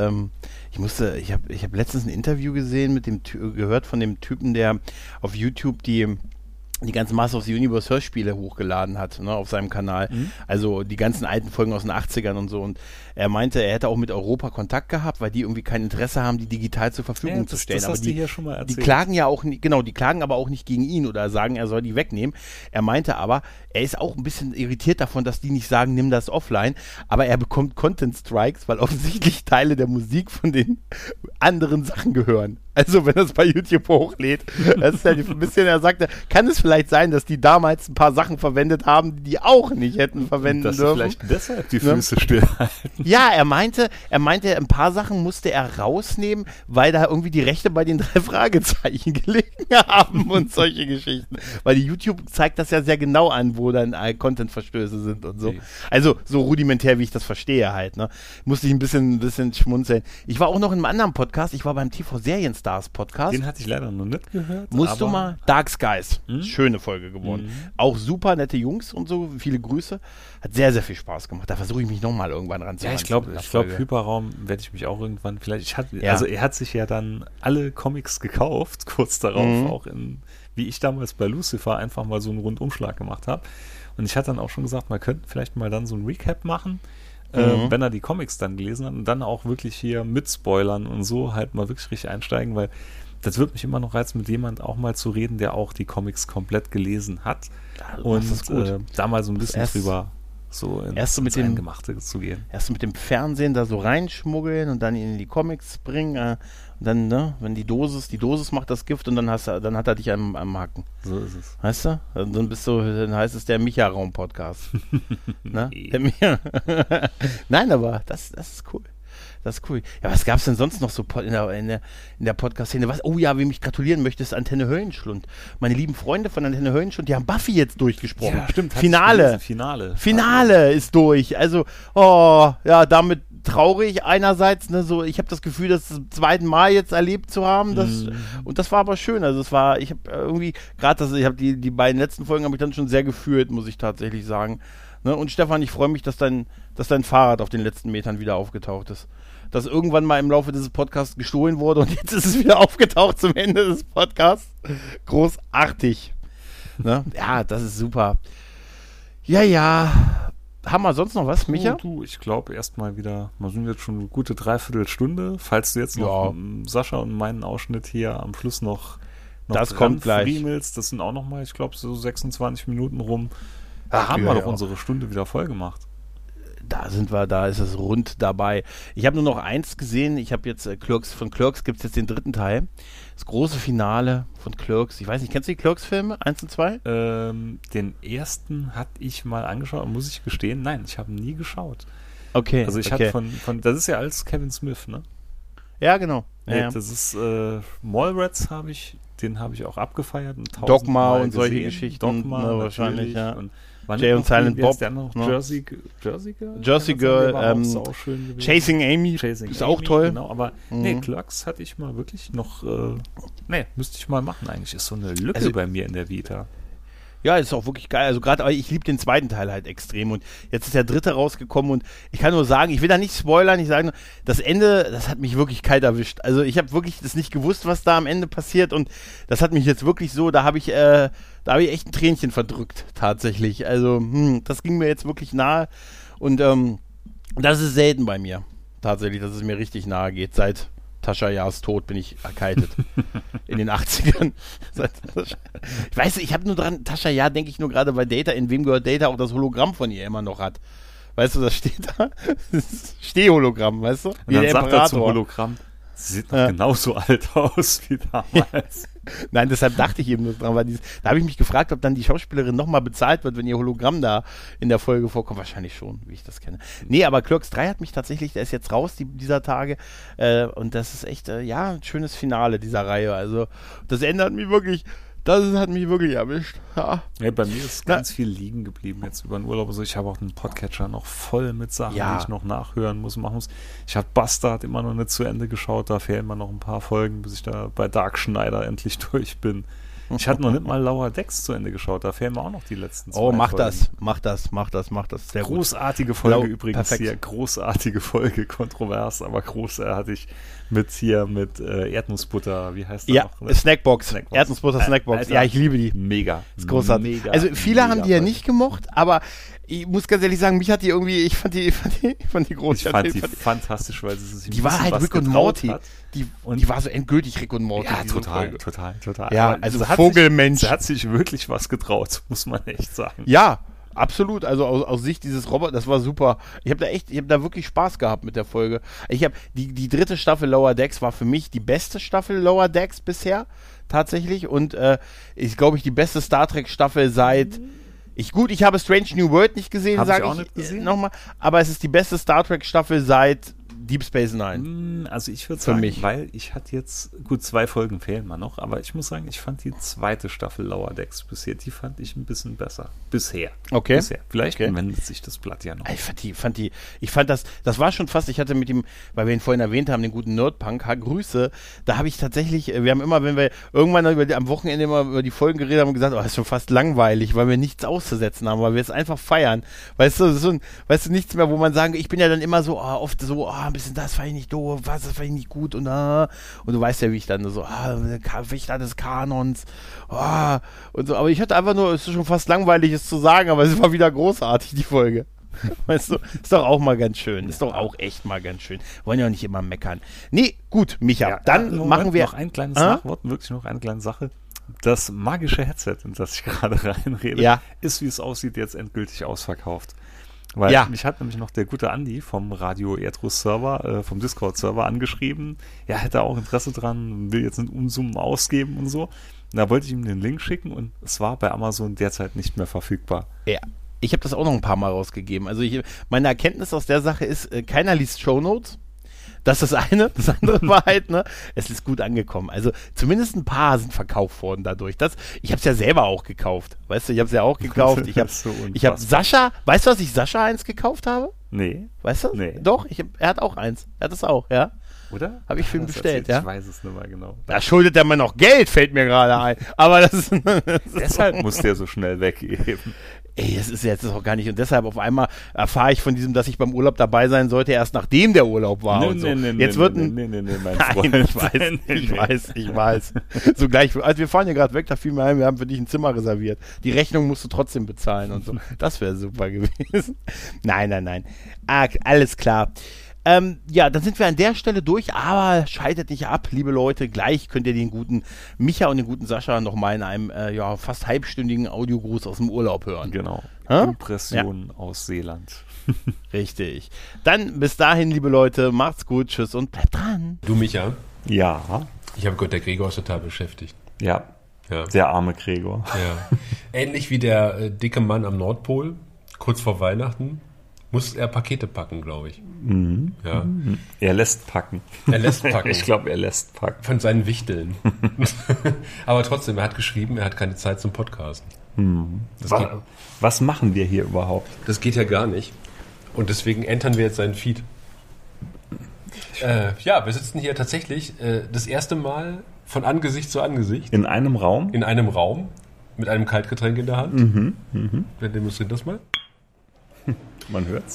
ich habe letztens ein Interview gesehen gehört von dem Typen, der auf YouTube die ganzen Master of the Universe Hörspiele hochgeladen hat, ne, auf seinem Kanal. Also die ganzen alten Folgen aus den 80ern und so. Und er meinte, er hätte auch mit Europa Kontakt gehabt, weil die irgendwie kein Interesse haben, die digital zur Verfügung zu stellen. Das hast du hier schon mal erzählt. Die klagen ja auch nicht, die klagen aber auch nicht gegen ihn oder sagen, er soll die wegnehmen. Er meinte aber, er ist auch ein bisschen irritiert davon, dass die nicht sagen, nimm das offline, aber er bekommt Content Strikes, weil offensichtlich Teile der Musik von den anderen Sachen gehören. Also wenn er es bei YouTube hochlädt, das ist halt ein bisschen, er sagte, kann es vielleicht sein, dass die damals ein paar Sachen verwendet haben, die auch nicht hätten verwenden dürfen. Dass vielleicht deshalb die Füße stillhalten. Ja, er meinte, ein paar Sachen musste er rausnehmen, weil da irgendwie die Rechte bei den 3 Fragezeichen gelegen haben und solche Geschichten. Weil die YouTube zeigt das ja sehr genau an, wo dann Content-Verstöße sind und so. Okay. Also so rudimentär, wie ich das verstehe halt, ne. Musste ich ein bisschen schmunzeln. Ich war auch noch in einem anderen Podcast. Ich war beim TV Serienstars Podcast. Den hatte ich leider noch nicht gehört. Musst du mal. Dark Skies. Schöne Folge geworden. Auch super nette Jungs und so. Viele Grüße. Hat sehr, sehr viel Spaß gemacht. Da versuche ich mich nochmal irgendwann ranzuhalten. Ja, ich glaube, Hyperraum werde ich mich auch irgendwann vielleicht. Also er hat sich ja dann alle Comics gekauft, kurz darauf, auch wie ich damals bei Lucifer einfach mal so einen Rundumschlag gemacht habe. Und ich hatte dann auch schon gesagt, man könnte vielleicht mal dann so ein Recap machen, wenn er die Comics dann gelesen hat und dann auch wirklich hier mit Spoilern und so halt mal wirklich richtig einsteigen, weil das wird mich immer noch reizen, mit jemand auch mal zu reden, der auch die Comics komplett gelesen hat und da mal so ein bisschen drüber so ins Eingemachte zu gehen. Erst mit dem Fernsehen da so reinschmuggeln und dann in die Comics bringen und dann, ne, wenn die Dosis macht das Gift und dann hat er dich am Hacken. So ist es. Weißt du? Dann heißt es der Micha-Raum-Podcast. Ne? Nee. Nein, aber das ist cool. Das ist cool. Ja, was gab es denn sonst noch so in der Podcast-Szene? Oh ja, wem ich gratulieren möchte, ist Antenne Höllenschlund. Meine lieben Freunde von Antenne Höllenschlund, die haben Buffy jetzt durchgesprochen. Ja, stimmt. Finale ist durch. Also, damit traurig einerseits. Ne, so, ich habe das Gefühl, das zum zweiten Mal jetzt erlebt zu haben. Und das war aber schön. Also, ich habe irgendwie, gerade die beiden letzten Folgen habe ich dann schon sehr gefühlt, muss ich tatsächlich sagen. Ne, und Stefan, ich freue mich, dass dein Fahrrad auf den letzten Metern wieder aufgetaucht ist. Das irgendwann mal im Laufe dieses Podcasts gestohlen wurde und jetzt ist es wieder aufgetaucht zum Ende des Podcasts. Großartig. Ne? Ja, das ist super. Ja. Haben wir sonst noch was, Micha? Ich glaube erstmal wieder, wir sind jetzt schon eine gute Dreiviertelstunde. Falls du jetzt noch Sascha und meinen Ausschnitt hier am Schluss noch das kommt gleich. Das sind auch noch mal, ich glaube, so 26 Minuten rum. Da haben wir doch unsere Stunde wieder voll gemacht. Da ist es rund dabei. Ich habe nur noch eins gesehen. Ich habe jetzt von Clerks gibt es jetzt den 3. Teil. Das große Finale von Clerks. Ich weiß nicht, kennst du die Clerks-Filme? 1 und 2? Den ersten hatte ich mal angeschaut, muss ich gestehen. Nein, ich habe nie geschaut. Okay. Also ich hatte von das ist ja alles Kevin Smith, ne? Ja, genau. Ja. Das ist Mallrats den habe ich auch abgefeiert. Und Dogma und solche Geschichten. Dogma wahrscheinlich, ja. Und Jay und Silent Bob. Jersey Girl. Chasing Amy. Ist auch toll. Genau, aber Clerks hatte ich mal wirklich noch, müsste ich mal machen eigentlich. Ist so eine Lücke bei mir in der Vita. Ja, ist auch wirklich geil. Also gerade, ich liebe den zweiten Teil halt extrem und jetzt ist der 3. rausgekommen und ich kann nur sagen, ich will da nicht spoilern, ich sage nur, das Ende, das hat mich wirklich kalt erwischt. Also ich habe wirklich das nicht gewusst, was da am Ende passiert und das hat mich jetzt wirklich so, da habe ich echt ein Tränchen verdrückt, tatsächlich. Also, das ging mir jetzt wirklich nahe und das ist selten bei mir, tatsächlich, dass es mir richtig nahe geht. Seit Tascha Yars Tod bin ich erkaltet. In den 80ern. Ich weiß nicht, ich habe nur dran, Tascha Yar denke ich nur gerade bei Data, in wem gehört Data auch das Hologramm von ihr immer noch hat. Weißt du, das steht da? Das Steh-Hologramm, weißt du? Und dann sagt er zum Hologramm, sie sieht noch genauso alt aus wie damals. Nein, deshalb dachte ich eben nur dran, weil da habe ich mich gefragt, ob dann die Schauspielerin nochmal bezahlt wird, wenn ihr Hologramm da in der Folge vorkommt. Wahrscheinlich schon, wie ich das kenne. Nee, aber Clerks 3 hat mich tatsächlich, der ist jetzt raus dieser Tage und das ist echt, ein schönes Finale dieser Reihe. Also das Ende hat mich wirklich erwischt. Ja. Ja, bei mir ist ganz viel liegen geblieben jetzt über den Urlaub. Also ich habe auch einen Podcatcher noch voll mit Sachen, die ich noch nachhören machen muss. Ich habe Bastard immer noch nicht zu Ende geschaut, da fehlen mir noch ein paar Folgen, bis ich da bei Dark Schneider endlich durch bin. Ich hatte noch nicht mal Lower Decks zu Ende geschaut, da fehlen mir auch noch die letzten 2 Folgen. Mach das. Sehr großartige Folge übrigens perfekt. Hier, großartige Folge, kontrovers, aber hatte ich mit Erdnussbutter, wie heißt das noch? Ne? Snackbox. Erdnussbutter Snackbox. Alter, ja, ich liebe die. Mega. Ist großartig. Also viele haben die ja nicht gemocht, aber ich muss ganz ehrlich sagen, mich hat die irgendwie, ich fand die groß. Ich fand die fantastisch, weil sie sich die war halt Rick und Morty. Die war so endgültig Rick und Morty. Ja, total. Ja, also Vogelmensch. Sie hat sich wirklich was getraut, muss man echt sagen. Ja, absolut. Also aus Sicht dieses Roboters, das war super. Ich habe da wirklich Spaß gehabt mit der Folge. Ich habe die 3. Staffel Lower Decks war für mich die beste Staffel Lower Decks bisher, tatsächlich. Und ist, glaube ich, die beste Star Trek Staffel seit... Ich habe Strange New World nicht gesehen, sage ich nicht gesehen. Nochmal, aber es ist die beste Star Trek Staffel seit Deep Space Nine. Also ich würde Für sagen, mich. weil ich hatte jetzt, gut, 2 Folgen fehlen mir noch, aber ich muss sagen, ich fand die 2. Staffel Lower Decks bisher, die fand ich ein bisschen besser. Bisher. Okay. Bisher. Vielleicht Okay. wendet sich das Blatt ja noch. Ich fand das war schon fast, ich hatte mit ihm, weil wir ihn vorhin erwähnt haben, den guten Nerdpunk, Grüße, da habe ich tatsächlich, wir haben immer, wenn wir irgendwann am Wochenende immer über die Folgen geredet haben, gesagt, das ist schon fast langweilig, weil wir nichts auszusetzen haben, weil wir es einfach feiern. Weißt du, nichts mehr, wo man sagen, ich bin ja dann immer so, oft so, ein bisschen das fand ich nicht doof, das fand ich nicht gut und du weißt ja, wie ich dann so, Wächter des Kanons, und so, aber ich hatte einfach nur, es ist schon fast langweilig, es zu sagen, aber es war wieder großartig, die Folge. Weißt du, ist doch auch mal ganz schön. Ist doch auch echt mal ganz schön. Wollen ja auch nicht immer meckern. Nee, gut, Micha, dann machen wir noch ein kleines Nachwort, wirklich noch eine kleine Sache. Das magische Headset, in das ich gerade reinrede, ist, wie es aussieht, jetzt endgültig ausverkauft. Weil mich hat nämlich noch der gute Andi vom Radio Erdrus Server, vom Discord-Server angeschrieben. Ja, hätte auch Interesse dran, will jetzt einen Unsummen ausgeben und so. Und da wollte ich ihm den Link schicken und es war bei Amazon derzeit nicht mehr verfügbar. Ja. Ich habe das auch noch ein paar Mal rausgegeben. Also meine Erkenntnis aus der Sache ist, keiner liest Shownotes. Das ist das eine. Das andere war halt, es ist gut angekommen. Also zumindest ein paar sind verkauft worden dadurch. Ich habe es ja selber auch gekauft. Weißt du, ich habe es ja auch gekauft. Ich habe Sascha, weißt du, was ich Sascha eins gekauft habe? Nee. Weißt du? Nee. Doch, er hat auch eins. Er hat es auch, ja. Oder? Habe ich für ihn bestellt, ja? Ich weiß es nicht mehr genau. Da schuldet er mir noch Geld, fällt mir gerade ein. Aber das ist deshalb muss der so schnell weggeben. Ey, das ist jetzt auch gar nicht. Und deshalb auf einmal erfahre ich von diesem, dass ich beim Urlaub dabei sein sollte, erst nachdem der Urlaub war. Nee, mein Freund. Nein, ich weiß. So gleich, also wir fahren hier gerade weg, da fiel mir ein, wir haben für dich ein Zimmer reserviert. Die Rechnung musst du trotzdem bezahlen und so. Das wäre super gewesen. Nein. Alles klar. Dann sind wir an der Stelle durch, aber schaltet nicht ab, liebe Leute. Gleich könnt ihr den guten Micha und den guten Sascha nochmal in einem fast halbstündigen Audiogruß aus dem Urlaub hören. Genau. Impressionen aus Seeland. Richtig. Dann bis dahin, liebe Leute, macht's gut, tschüss und bleibt dran. Du, Micha? Ja. Ich habe gehört, der Gregor ist total beschäftigt. Ja. Der arme Gregor. Ja. Ähnlich wie der dicke Mann am Nordpol, kurz vor Weihnachten, muss er Pakete packen, glaube ich. Mhm. Ja. Er lässt packen. Ich glaube, er lässt packen. Von seinen Wichteln. Aber trotzdem, er hat geschrieben, er hat keine Zeit zum Podcasten. Was machen wir hier überhaupt? Das geht ja gar nicht. Und deswegen entern wir jetzt seinen Feed. Wir sitzen hier tatsächlich das erste Mal von Angesicht zu Angesicht. In einem Raum? In einem Raum. Mit einem Kaltgetränk in der Hand. Wir demonstrieren das mal. Man hört's.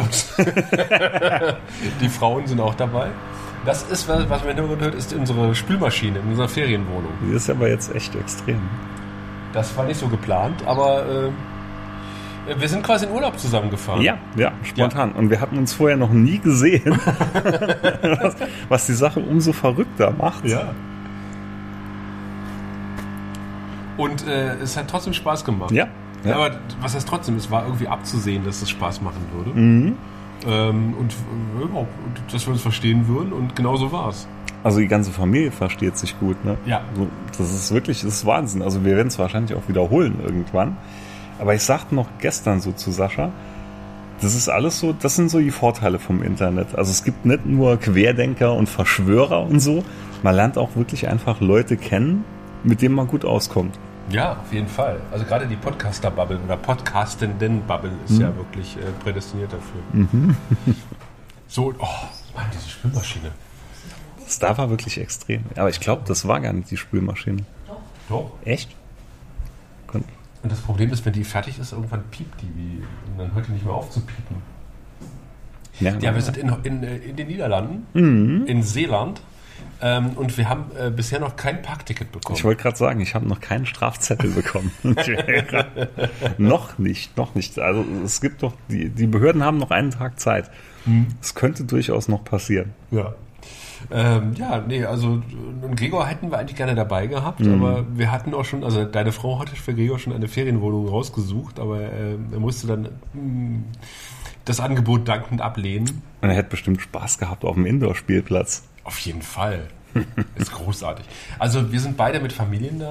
Die Frauen sind auch dabei. Das ist, was man im Hintergrund hört, ist unsere Spülmaschine in unserer Ferienwohnung. Die ist aber jetzt echt extrem. Das war nicht so geplant, aber wir sind quasi in Urlaub zusammengefahren. Ja, spontan. Ja. Und wir hatten uns vorher noch nie gesehen, was die Sache umso verrückter macht. Ja. Und es hat trotzdem Spaß gemacht. Ja. Aber was heißt trotzdem? Es war irgendwie abzusehen, dass es Spaß machen würde. Und dass wir uns verstehen würden. Und genau so war es. Also die ganze Familie versteht sich gut, ne? Ja. So, das ist Wahnsinn. Also wir werden es wahrscheinlich auch wiederholen irgendwann. Aber ich sagte noch gestern so zu Sascha, das ist alles so, das sind so die Vorteile vom Internet. Also es gibt nicht nur Querdenker und Verschwörer und so. Man lernt auch wirklich einfach Leute kennen, mit denen man gut auskommt. Ja, auf jeden Fall. Also gerade die Podcaster-Bubble oder Podcastenden-Bubble ist ja wirklich prädestiniert dafür. So, Mann, diese Spülmaschine. Das war wirklich extrem. Aber ich glaube, das war gar nicht die Spülmaschine. Doch. Echt? Und das Problem ist, wenn die fertig ist, irgendwann piept die. Und dann hört die nicht mehr auf zu piepen. Ja, wir sind in den Niederlanden, in Seeland. Und wir haben bisher noch kein Parkticket bekommen. Ich wollte gerade sagen, ich habe noch keinen Strafzettel bekommen. Noch nicht. Also es gibt doch, die Behörden haben noch einen Tag Zeit. Es könnte durchaus noch passieren. Ja. Also Gregor hätten wir eigentlich gerne dabei gehabt, aber wir hatten auch schon, also deine Frau hatte für Gregor schon eine Ferienwohnung rausgesucht, aber er musste dann das Angebot dankend ablehnen. Und er hätte bestimmt Spaß gehabt auf dem Indoor-Spielplatz. Auf jeden Fall. Ist großartig. Also wir sind beide mit Familien da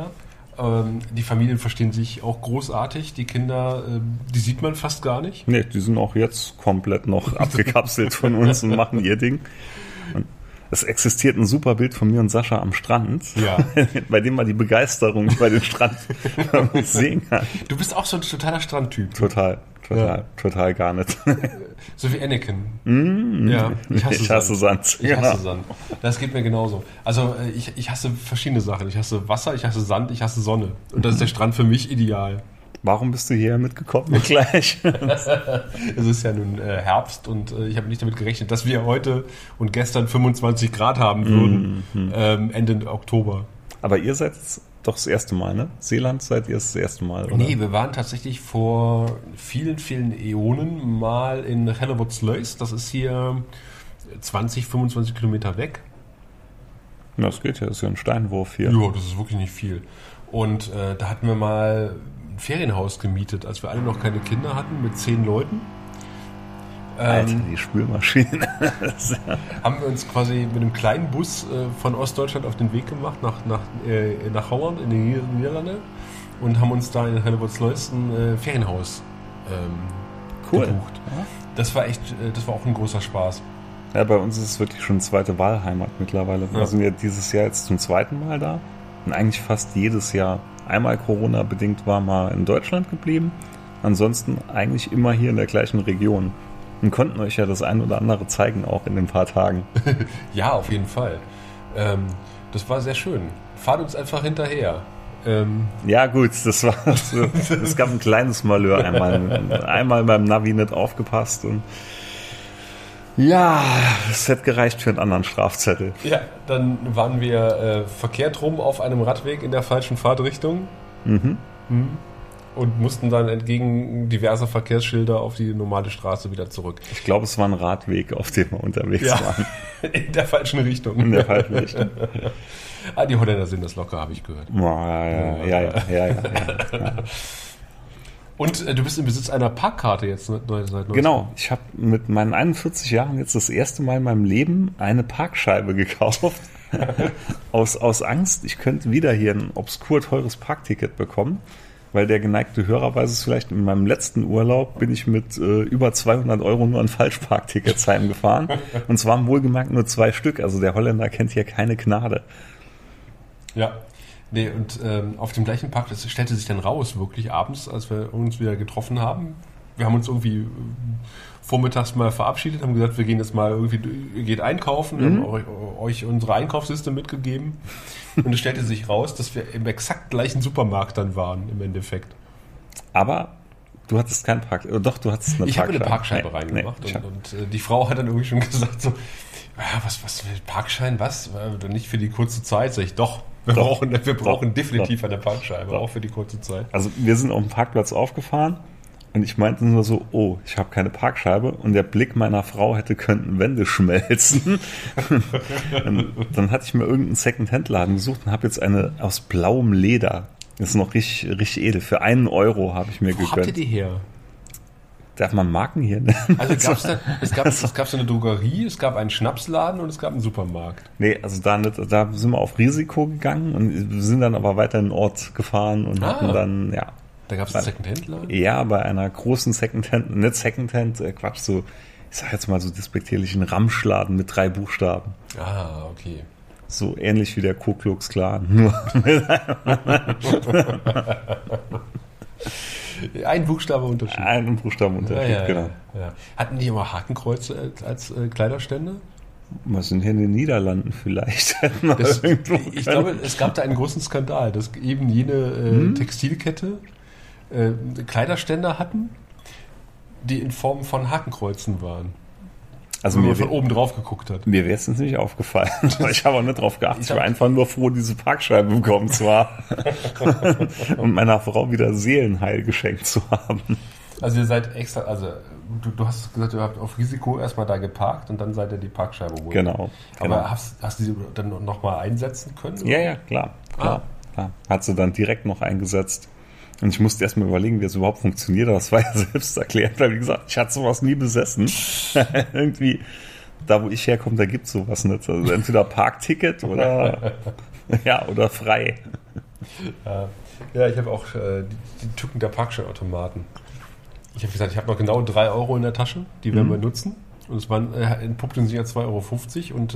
Die Familien verstehen sich auch großartig. Die Kinder, die sieht man fast gar nicht. Nee, die sind auch jetzt komplett noch abgekapselt von uns und machen ihr Ding. Und es existiert ein super Bild von mir und Sascha am Strand, Ja. bei dem man die Begeisterung bei dem Strand sehen kann. Du bist auch so ein totaler Strandtyp. Total gar nicht. So wie Anakin. Ja, ich hasse Sand. Ich hasse Sand. Das geht mir genauso. Also ich hasse verschiedene Sachen. Ich hasse Wasser, ich hasse Sand, ich hasse Sonne. Und das ist der Strand für mich ideal. Warum bist du hierher mitgekommen gleich? Es ist ja nun Herbst und ich habe nicht damit gerechnet, dass wir heute und gestern 25 Grad haben würden, Ende Oktober. Aber ihr seid doch das erste Mal, ne? Seeland seid ihr das erste Mal, oder? Nee, wir waren tatsächlich vor vielen, vielen Äonen mal in Hellevoetsluis. Das ist hier 20, 25 Kilometer weg. Ja, das geht ja, das ist ja ein Steinwurf hier. Ja, das ist wirklich nicht viel. Und da hatten wir mal ein Ferienhaus gemietet, als wir alle noch keine Kinder hatten, mit 10 Leuten. Alter, die Spülmaschine. Haben wir uns quasi mit einem kleinen Bus von Ostdeutschland auf den Weg gemacht nach Holland in die Niederlande und haben uns da in Hellevoetsluis ein Ferienhaus gebucht. Ja. Das war auch ein großer Spaß. Ja, bei uns ist es wirklich schon zweite Wahlheimat mittlerweile. Ja. Wir sind ja dieses Jahr jetzt zum zweiten Mal da und eigentlich fast jedes Jahr. Einmal Corona-bedingt war mal in Deutschland geblieben, ansonsten eigentlich immer hier in der gleichen Region. Und konnten euch ja das ein oder andere zeigen, auch in den paar Tagen. Ja, auf jeden Fall. Das war sehr schön. Fahrt uns einfach hinterher. Ja gut, das war so, es gab ein kleines Malheur einmal beim Navi nicht aufgepasst und ja, es hätte gereicht für einen anderen Strafzettel. Ja, dann waren wir verkehrt rum auf einem Radweg in der falschen Fahrtrichtung. Und mussten dann entgegen diverser Verkehrsschilder auf die normale Straße wieder zurück. Ich glaube, es war ein Radweg, auf dem wir unterwegs waren. In der falschen Richtung. In der falschen Richtung. Die Holländer sind das locker, habe ich gehört. Ja. Und du bist im Besitz einer Parkkarte jetzt seit 19. Genau, ich habe mit meinen 41 Jahren jetzt das erste Mal in meinem Leben eine Parkscheibe gekauft. aus Angst, ich könnte wieder hier ein obskur teures Parkticket bekommen. Weil der geneigte Hörer weiß es vielleicht, in meinem letzten Urlaub bin ich mit über 200 € nur an Falschparktickets heimgefahren. Und zwar wohlgemerkt nur 2 Stück. Also der Holländer kennt hier keine Gnade. Ja, nee, und auf dem gleichen Parkplatz stellte sich dann raus, wirklich abends, als wir uns wieder getroffen haben. Wir haben uns irgendwie vormittags mal verabschiedet, haben gesagt, wir gehen jetzt mal ihr geht einkaufen. Wir haben euch unsere Einkaufsliste mitgegeben. Und es stellte sich raus, dass wir im exakt gleichen Supermarkt dann waren, im Endeffekt. Aber du hattest keinen Parkscheibe. Doch, du hattest eine Parkscheibe. Ich habe eine Parkscheibe reingemacht. Nee, und die Frau hat dann irgendwie schon gesagt, so, ja, was Parkschein, was? Nicht für die kurze Zeit. Sag ich, doch. Wir brauchen definitiv eine Parkscheibe, auch für die kurze Zeit. Also wir sind auf dem Parkplatz aufgefahren. Und ich meinte nur so, oh, ich habe keine Parkscheibe. Und der Blick meiner Frau könnten Wände schmelzen. Dann hatte ich mir irgendeinen Second-Hand-Laden gesucht und habe jetzt eine aus blauem Leder. Das ist noch richtig edel. Für 1 € habe ich mir gegönnt. Wo habt ihr die her? Darf man Marken hier nennen? Also es gab so eine Drogerie, es gab einen Schnapsladen und es gab einen Supermarkt. Nee, also da sind wir auf Risiko gegangen und wir sind dann aber weiter in den Ort gefahren und hatten dann, ja. Da gab es einen Secondhand-Laden? Ja, bei einer großen Secondhand, nicht Secondhand, so, ich sag jetzt mal so despektierlich, ein Ramschladen mit 3 Buchstaben. Ah, okay. So ähnlich wie der Ku Klux Klan. Nur ein Buchstabe Unterschied. Ein Buchstabenunterschied, genau. Ja. Hatten die immer Hakenkreuze als Kleiderstände? Was sind hier in den Niederlanden vielleicht? Ich glaube, es gab da einen großen Skandal, dass eben jene Textilkette Kleiderständer hatten, die in Form von Hakenkreuzen waren. Also wenn man von oben drauf geguckt hat. Mir wäre es nicht aufgefallen. Ich habe auch nicht drauf geachtet. Ich war einfach nur froh, diese Parkscheibe bekommen zu haben. Und meiner Frau wieder Seelenheil geschenkt zu haben. Also ihr seid extra, also du hast gesagt, ihr habt auf Risiko erstmal da geparkt und dann seid ihr die Parkscheibe holen. Genau. Aber hast du sie dann nochmal einsetzen können? Oder? Ja, klar. Hat sie dann direkt noch eingesetzt. Und ich musste erstmal überlegen, wie es überhaupt funktioniert. Aber das war ja selbst erklärt. Weil, wie gesagt, ich hatte sowas nie besessen. Irgendwie, da wo ich herkomme, da gibt es sowas nicht. Also entweder Parkticket oder frei. Ja, ich habe auch die Tücken der Parkstellautomaten. Ich habe gesagt, ich habe noch genau 3 Euro in der Tasche, die werden wir nutzen. Und es waren entpuppten sich ja 2,50 Euro und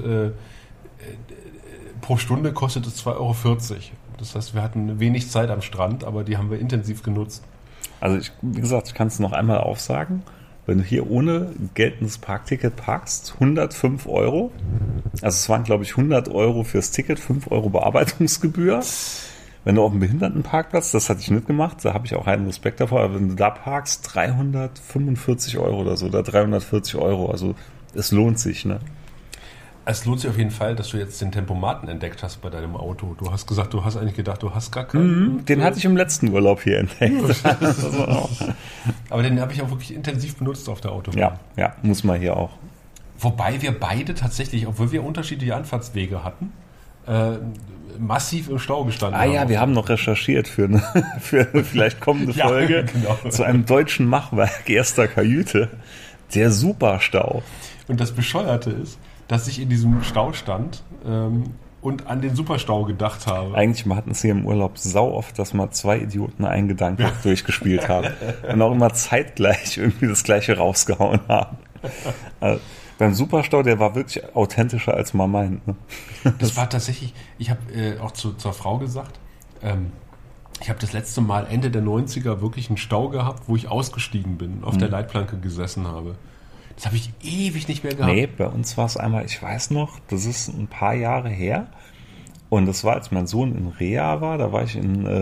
pro Stunde kostet es 2,40 Euro. Das heißt, wir hatten wenig Zeit am Strand, aber die haben wir intensiv genutzt. Also wie gesagt, ich kann es noch einmal aufsagen. Wenn du hier ohne geltendes Parkticket parkst, 105 Euro. Also es waren, glaube ich, 100 Euro fürs Ticket, 5 Euro Bearbeitungsgebühr. Wenn du auf dem Behindertenparkplatz, das hatte ich nicht gemacht, da habe ich auch einen Respekt davor, aber wenn du da parkst, 345 Euro oder so, oder 340 Euro, also es lohnt sich, ne? Es lohnt sich auf jeden Fall, dass du jetzt den Tempomaten entdeckt hast bei deinem Auto. Du hast gesagt, du hast eigentlich gedacht, du hast gar keinen. Den hatte ich im letzten Urlaub hier entdeckt. Aber den habe ich auch wirklich intensiv benutzt auf der Autobahn. Ja, muss man hier auch. Wobei wir beide tatsächlich, obwohl wir unterschiedliche Anfahrtswege hatten, massiv im Stau gestanden haben. Ja, wir haben noch recherchiert für vielleicht kommende Folge genau. Zu einem deutschen Machwerk erster Kajüte. Der Superstau. Und das Bescheuerte ist, dass ich in diesem Stau stand und an den Superstau gedacht habe. Eigentlich hatten es hier im Urlaub sau oft, dass mal 2 Idioten einen Gedanken durchgespielt haben und auch immer zeitgleich irgendwie das Gleiche rausgehauen haben. Also, beim Superstau, der war wirklich authentischer, als man meint. Ne? Das war tatsächlich, ich habe auch zur Frau gesagt, ich habe das letzte Mal Ende der 90er wirklich einen Stau gehabt, wo ich ausgestiegen bin, auf der Leitplanke gesessen habe. Das habe ich ewig nicht mehr gehabt. Nee, bei uns war es einmal, ich weiß noch, das ist ein paar Jahre her. Und das war, als mein Sohn in Rea war, da war ich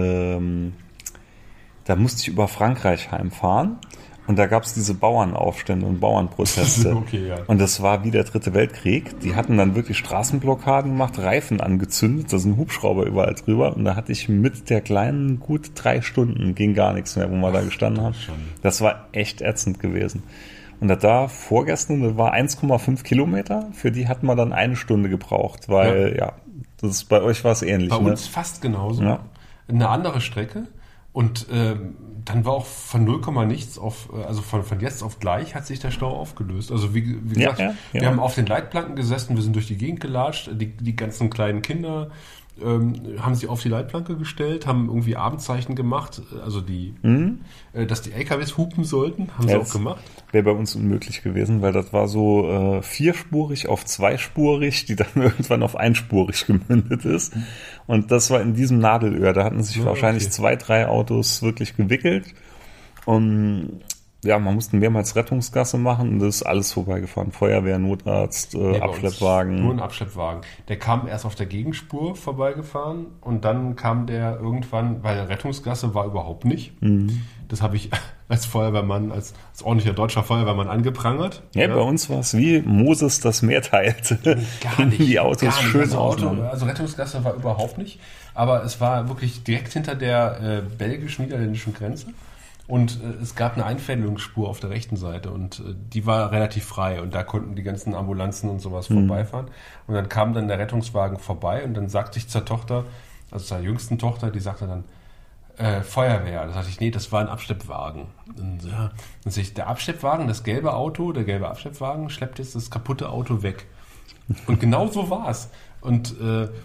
da musste ich über Frankreich heimfahren. Und da gab es diese Bauernaufstände und Bauernproteste. Okay, ja. Und das war wie der Dritte Weltkrieg. Die hatten dann wirklich Straßenblockaden gemacht, Reifen angezündet, da sind Hubschrauber überall drüber. Und da hatte ich mit der Kleinen gut 3 Stunden, ging gar nichts mehr, wo wir da gestanden haben. Das war echt ätzend gewesen. Und da vorgestern, das war 1,5 Kilometer, für die hatten wir dann 1 Stunde gebraucht, weil das ist, bei euch war es ähnlich. Bei uns fast genauso. Ja. Eine andere Strecke. Und dann war auch von 0, nichts auf, also von jetzt auf gleich hat sich der Stau aufgelöst. Also wie gesagt, wir haben auf den Leitplanken gesessen, wir sind durch die Gegend gelatscht, die ganzen kleinen Kinder haben sich auf die Leitplanke gestellt, haben irgendwie Abendzeichen gemacht, also dass die LKWs hupen sollten, haben sie auch gemacht. Wäre bei uns unmöglich gewesen, weil das war so 4-spurig auf 2-spurig, die dann irgendwann auf 1-spurig gemündet ist. Und das war in diesem Nadelöhr, da hatten sich wahrscheinlich 2, 3 Autos wirklich gewickelt. Und ja, man musste mehrmals Rettungsgasse machen und das ist alles vorbeigefahren. Feuerwehr, Notarzt, Abschleppwagen. Nur ein Abschleppwagen. Der kam erst auf der Gegenspur vorbeigefahren und dann kam der irgendwann, weil Rettungsgasse war überhaupt nicht. Mhm. Das habe ich als Feuerwehrmann, als ordentlicher deutscher Feuerwehrmann angeprangert. Ja, bei uns war es wie Moses das Meer teilte. Gar nicht. Die Autos schön also Rettungsgasse war überhaupt nicht. Aber es war wirklich direkt hinter der belgisch-niederländischen Grenze. Und es gab eine Einfädelungsspur auf der rechten Seite und die war relativ frei und da konnten die ganzen Ambulanzen und sowas vorbeifahren. Und dann kam dann der Rettungswagen vorbei und dann sagte ich zur Tochter, also zur jüngsten Tochter, die sagte dann, Feuerwehr. Da sagte ich, nee, das war ein Abschleppwagen. Und dann sag ich, der Abschleppwagen, der gelbe Abschleppwagen schleppt jetzt das kaputte Auto weg. Und genau so war es. Und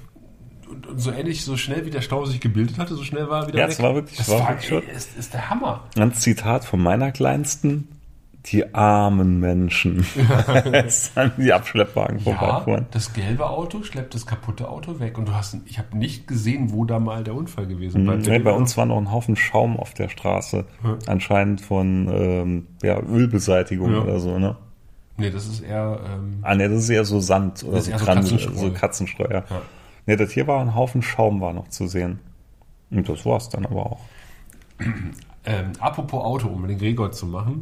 so ähnlich, so schnell wie der Stau sich gebildet hatte, so schnell war er wieder weg. Es war wirklich, ist der Hammer. Ein Zitat von meiner Kleinsten: Die armen Menschen. Jetzt haben die Abschleppwagen vorbeifuhren. Das gelbe Auto schleppt das kaputte Auto weg. Und ich habe nicht gesehen, wo da mal der Unfall gewesen ist. Bei uns war noch ein Haufen Schaum auf der Straße. Anscheinend von Ölbeseitigung oder so, ne? Nee, das ist eher... das ist eher so Sand oder so Katzenstreu. Ja. Ne, das hier war ein Haufen Schaum war noch zu sehen. Und das war's dann aber auch. Apropos Auto, um den Gregor zu machen.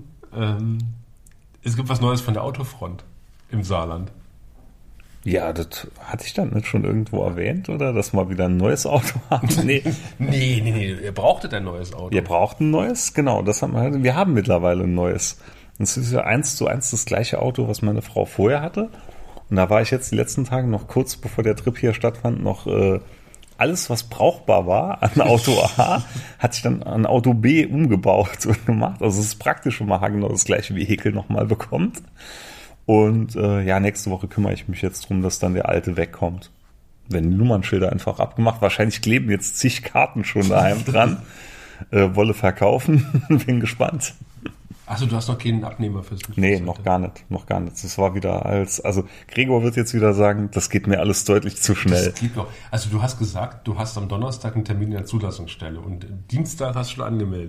Es gibt was Neues von der Autofront im Saarland. Ja, das hatte ich dann nicht schon irgendwo erwähnt, oder? Dass wir wieder ein neues Auto haben? Nee. Nee. Ihr brauchtet ein neues Auto. Wir brauchten ein neues, genau. Wir haben mittlerweile ein neues. Das ist ja 1:1 das gleiche Auto, was meine Frau vorher hatte. Und da war ich jetzt die letzten Tage noch kurz bevor der Trip hier stattfand, noch alles, was brauchbar war an Auto A, hat sich dann an Auto B umgebaut und gemacht. Also es ist praktisch, wenn man genau das gleiche Vehikel nochmal bekommt. Und nächste Woche kümmere ich mich jetzt drum, dass dann der alte wegkommt. Werden die Nummernschilder einfach abgemacht. Wahrscheinlich kleben jetzt zig Karten schon daheim dran. Wolle verkaufen. Bin gespannt. Achso, du hast noch keinen Abnehmer fürs Nee, noch gar nicht. Das war wieder also Gregor wird jetzt wieder sagen, das geht mir alles deutlich zu schnell. Das geht noch. Also du hast gesagt, du hast am Donnerstag einen Termin in der Zulassungsstelle und Dienstag hast du schon angemeldet.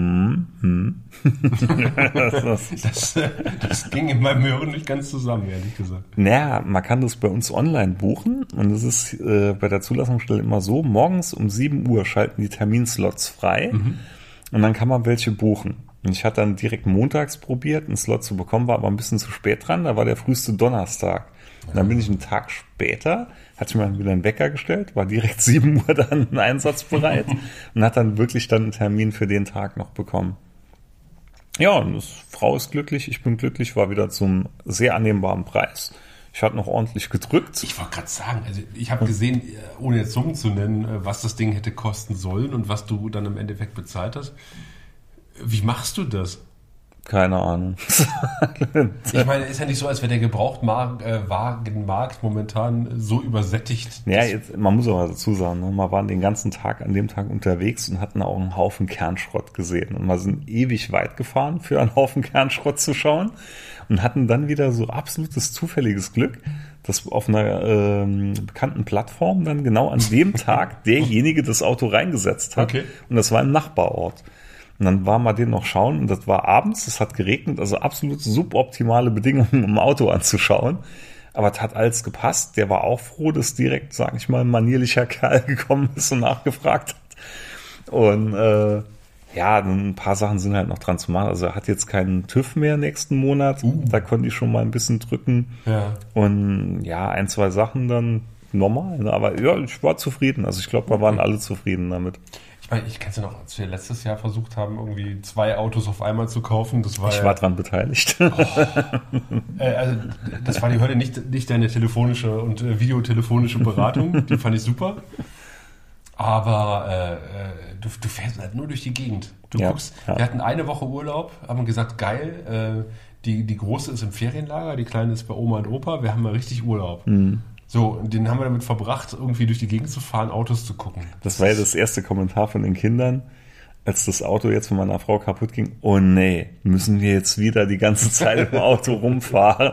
Das ging in meinem Hören nicht ganz zusammen, ehrlich gesagt. Naja, man kann das bei uns online buchen und es ist bei der Zulassungsstelle immer so, morgens um 7 Uhr schalten die Terminslots frei und dann kann man welche buchen. Und ich hatte dann direkt montags probiert, einen Slot zu bekommen, war aber ein bisschen zu spät dran. Da war der früheste Donnerstag. Und dann bin ich einen Tag später, hatte ich mir wieder einen Wecker gestellt, war direkt 7 Uhr dann einsatzbereit und hat dann wirklich dann einen Termin für den Tag noch bekommen. Ja, und Frau ist glücklich, ich bin glücklich, war wieder zum sehr annehmbaren Preis. Ich hatte noch ordentlich gedrückt. Ich wollte gerade sagen, also ich habe gesehen, ohne jetzt Summen zu nennen, was das Ding hätte kosten sollen und was du dann im Endeffekt bezahlt hast. Wie machst du das? Keine Ahnung. Ich meine, ist ja nicht so, als wäre der Gebrauchtwagenmarkt momentan so übersättigt. Ja, jetzt, man muss aber dazu sagen, ne, wir waren den ganzen Tag an dem Tag unterwegs und hatten auch einen Haufen Kernschrott gesehen. Und wir sind ewig weit gefahren, für einen Haufen Kernschrott zu schauen und hatten dann wieder so absolutes zufälliges Glück, dass auf einer bekannten Plattform dann genau an dem Tag derjenige das Auto reingesetzt hat. Okay. Und das war im Nachbarort. Und dann waren wir den noch schauen und das war abends, es hat geregnet, also absolut suboptimale Bedingungen, um ein Auto anzuschauen. Aber es hat alles gepasst. Der war auch froh, dass direkt, sag ich mal, ein manierlicher Kerl gekommen ist und nachgefragt hat. Und ja, ein paar Sachen sind halt noch dran zu machen. Also er hat jetzt keinen TÜV mehr nächsten Monat. Da konnte ich schon mal ein bisschen drücken. Ja. Und ja, 1, 2 Sachen dann normal. Ne? Aber ja, ich war zufrieden. Also ich glaube, wir waren alle zufrieden damit. Ich kenne es ja noch, als wir letztes Jahr versucht haben, irgendwie 2 Autos auf einmal zu kaufen. Das war ich war dran beteiligt. Also das war die Hölle, nicht deine telefonische und videotelefonische Beratung. Die fand ich super. Aber du fährst halt nur durch die Gegend. Du guckst, wir hatten eine Woche Urlaub, haben gesagt, geil, die Große ist im Ferienlager, die Kleine ist bei Oma und Opa, wir haben mal richtig Urlaub. So, und den haben wir damit verbracht, irgendwie durch die Gegend zu fahren, Autos zu gucken. Das war ja das erste Kommentar von den Kindern, als das Auto jetzt von meiner Frau kaputt ging. Oh nee, müssen wir jetzt wieder die ganze Zeit im Auto rumfahren?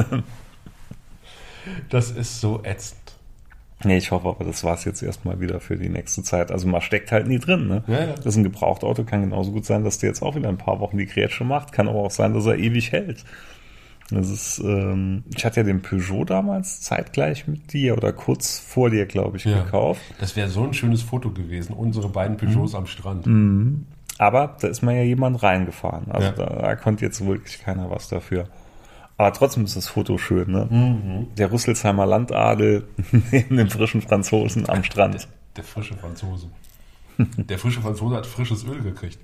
Das ist so ätzend. Nee, ich hoffe aber, das war es jetzt erstmal wieder für die nächste Zeit. Also man steckt halt nie drin, ne? Ja. Das ist ein Gebrauchtauto, kann genauso gut sein, dass der jetzt auch wieder ein paar Wochen die Grätsche macht. Kann aber auch sein, dass er ewig hält. Das ist, ich hatte ja den Peugeot damals zeitgleich mit dir oder kurz vor dir, glaube ich, gekauft. Das wäre so ein schönes Foto gewesen, unsere beiden Peugeots am Strand. Aber da ist mal ja jemand reingefahren. Also da konnte jetzt wirklich keiner was dafür. Aber trotzdem ist das Foto schön, ne? Der Rüsselsheimer Landadel neben dem frischen Franzosen am Strand. Der frische Franzose. Der frische Franzose hat frisches Öl gekriegt.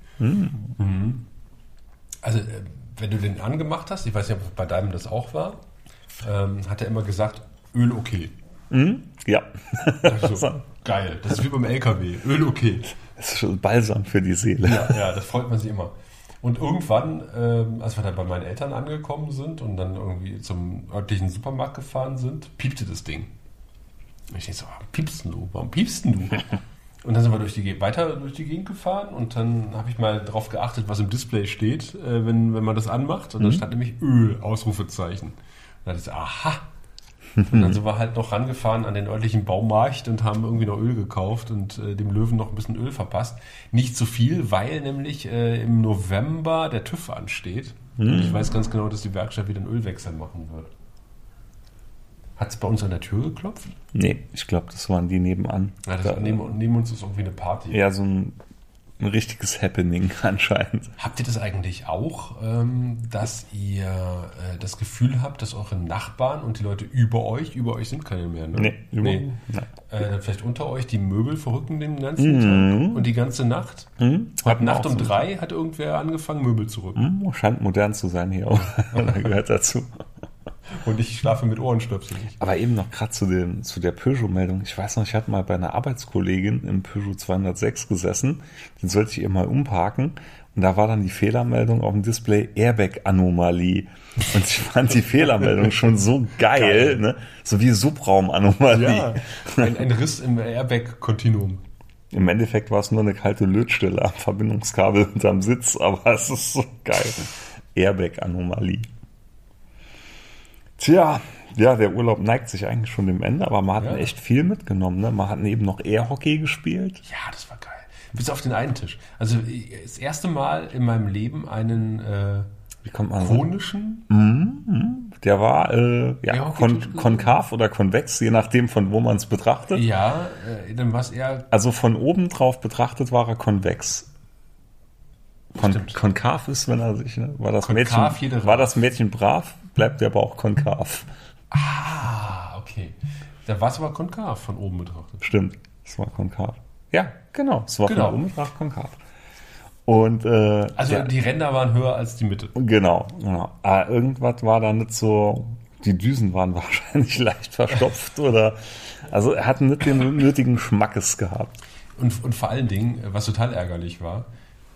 Also, wenn du den angemacht hast, ich weiß nicht, ob bei deinem das auch war, hat er immer gesagt, Öl okay. Ja. So, geil, das ist wie beim LKW, Öl okay. Das ist schon Balsam für die Seele. Ja, das freut man sich immer. Und irgendwann, als wir dann bei meinen Eltern angekommen sind und dann irgendwie zum örtlichen Supermarkt gefahren sind, piepte das Ding. Und ich denke so, warum piepst du? Und dann sind wir weiter durch die Gegend gefahren und dann habe ich mal drauf geachtet, was im Display steht, wenn man das anmacht. Und dann stand nämlich Öl, Ausrufezeichen. Und dann dachte ich so, aha. Und dann sind wir halt noch rangefahren an den örtlichen Baumarkt und haben irgendwie noch Öl gekauft und dem Löwen noch ein bisschen Öl verpasst. Nicht so viel, weil nämlich im November der TÜV ansteht. Und ich weiß ganz genau, dass die Werkstatt wieder einen Ölwechsel machen wird. Hat es bei uns an der Tür geklopft? Nee, ich glaube, das waren die nebenan. Ja, neben uns ist irgendwie eine Party. Ja, so ein richtiges Happening anscheinend. Habt ihr das eigentlich auch, dass ihr das Gefühl habt, dass eure Nachbarn und die Leute über euch sind keine mehr, ne? Nee. Vielleicht unter euch die Möbel verrücken den ganzen Tag und die ganze Nacht? Ab Nacht um 3 hat irgendwer angefangen, Möbel zu rücken. Scheint modern zu sein hier auch. Gehört dazu. Und ich schlafe mit Ohrenstöpseln. Aber eben noch gerade zu der Peugeot-Meldung. Ich weiß noch, ich hatte mal bei einer Arbeitskollegin im Peugeot 206 gesessen. Den sollte ich ihr mal umparken. Und da war dann die Fehlermeldung auf dem Display Airbag-Anomalie. Und ich fand die Fehlermeldung schon so geil. Ne? So wie Subraum-Anomalie. Ja, ein Riss im Airbag-Kontinuum. Im Endeffekt war es nur eine kalte Lötstelle am Verbindungskabel unterm Sitz. Aber es ist so geil. Airbag-Anomalie. Tja, ja, der Urlaub neigt sich eigentlich schon dem Ende, aber man hat echt viel mitgenommen. Ne? Man hat eben noch Airhockey gespielt. Ja, das war geil. Bis auf den einen Tisch. Also das erste Mal in meinem Leben einen Wie kommt man konischen. Der war Airhockey-Tisch konkav oder konvex, je nachdem von wo man es betrachtet. Ja, dann war es eher. Also von oben drauf betrachtet war er konvex. Konkav ist, wenn er sich, ne? War das Mädchen brav, bleibt der aber auch konkav. Ah, okay. Da war es aber konkav von oben betrachtet. Stimmt, es war konkav. Ja, genau, es war Genau. von oben betrachtet konkav. Und, Also die Ränder waren höher als die Mitte. Genau. Aber irgendwas war da nicht so, die Düsen waren wahrscheinlich leicht verstopft oder, also er hat nicht den nötigen Schmackes gehabt. Und vor allen Dingen, was total ärgerlich war,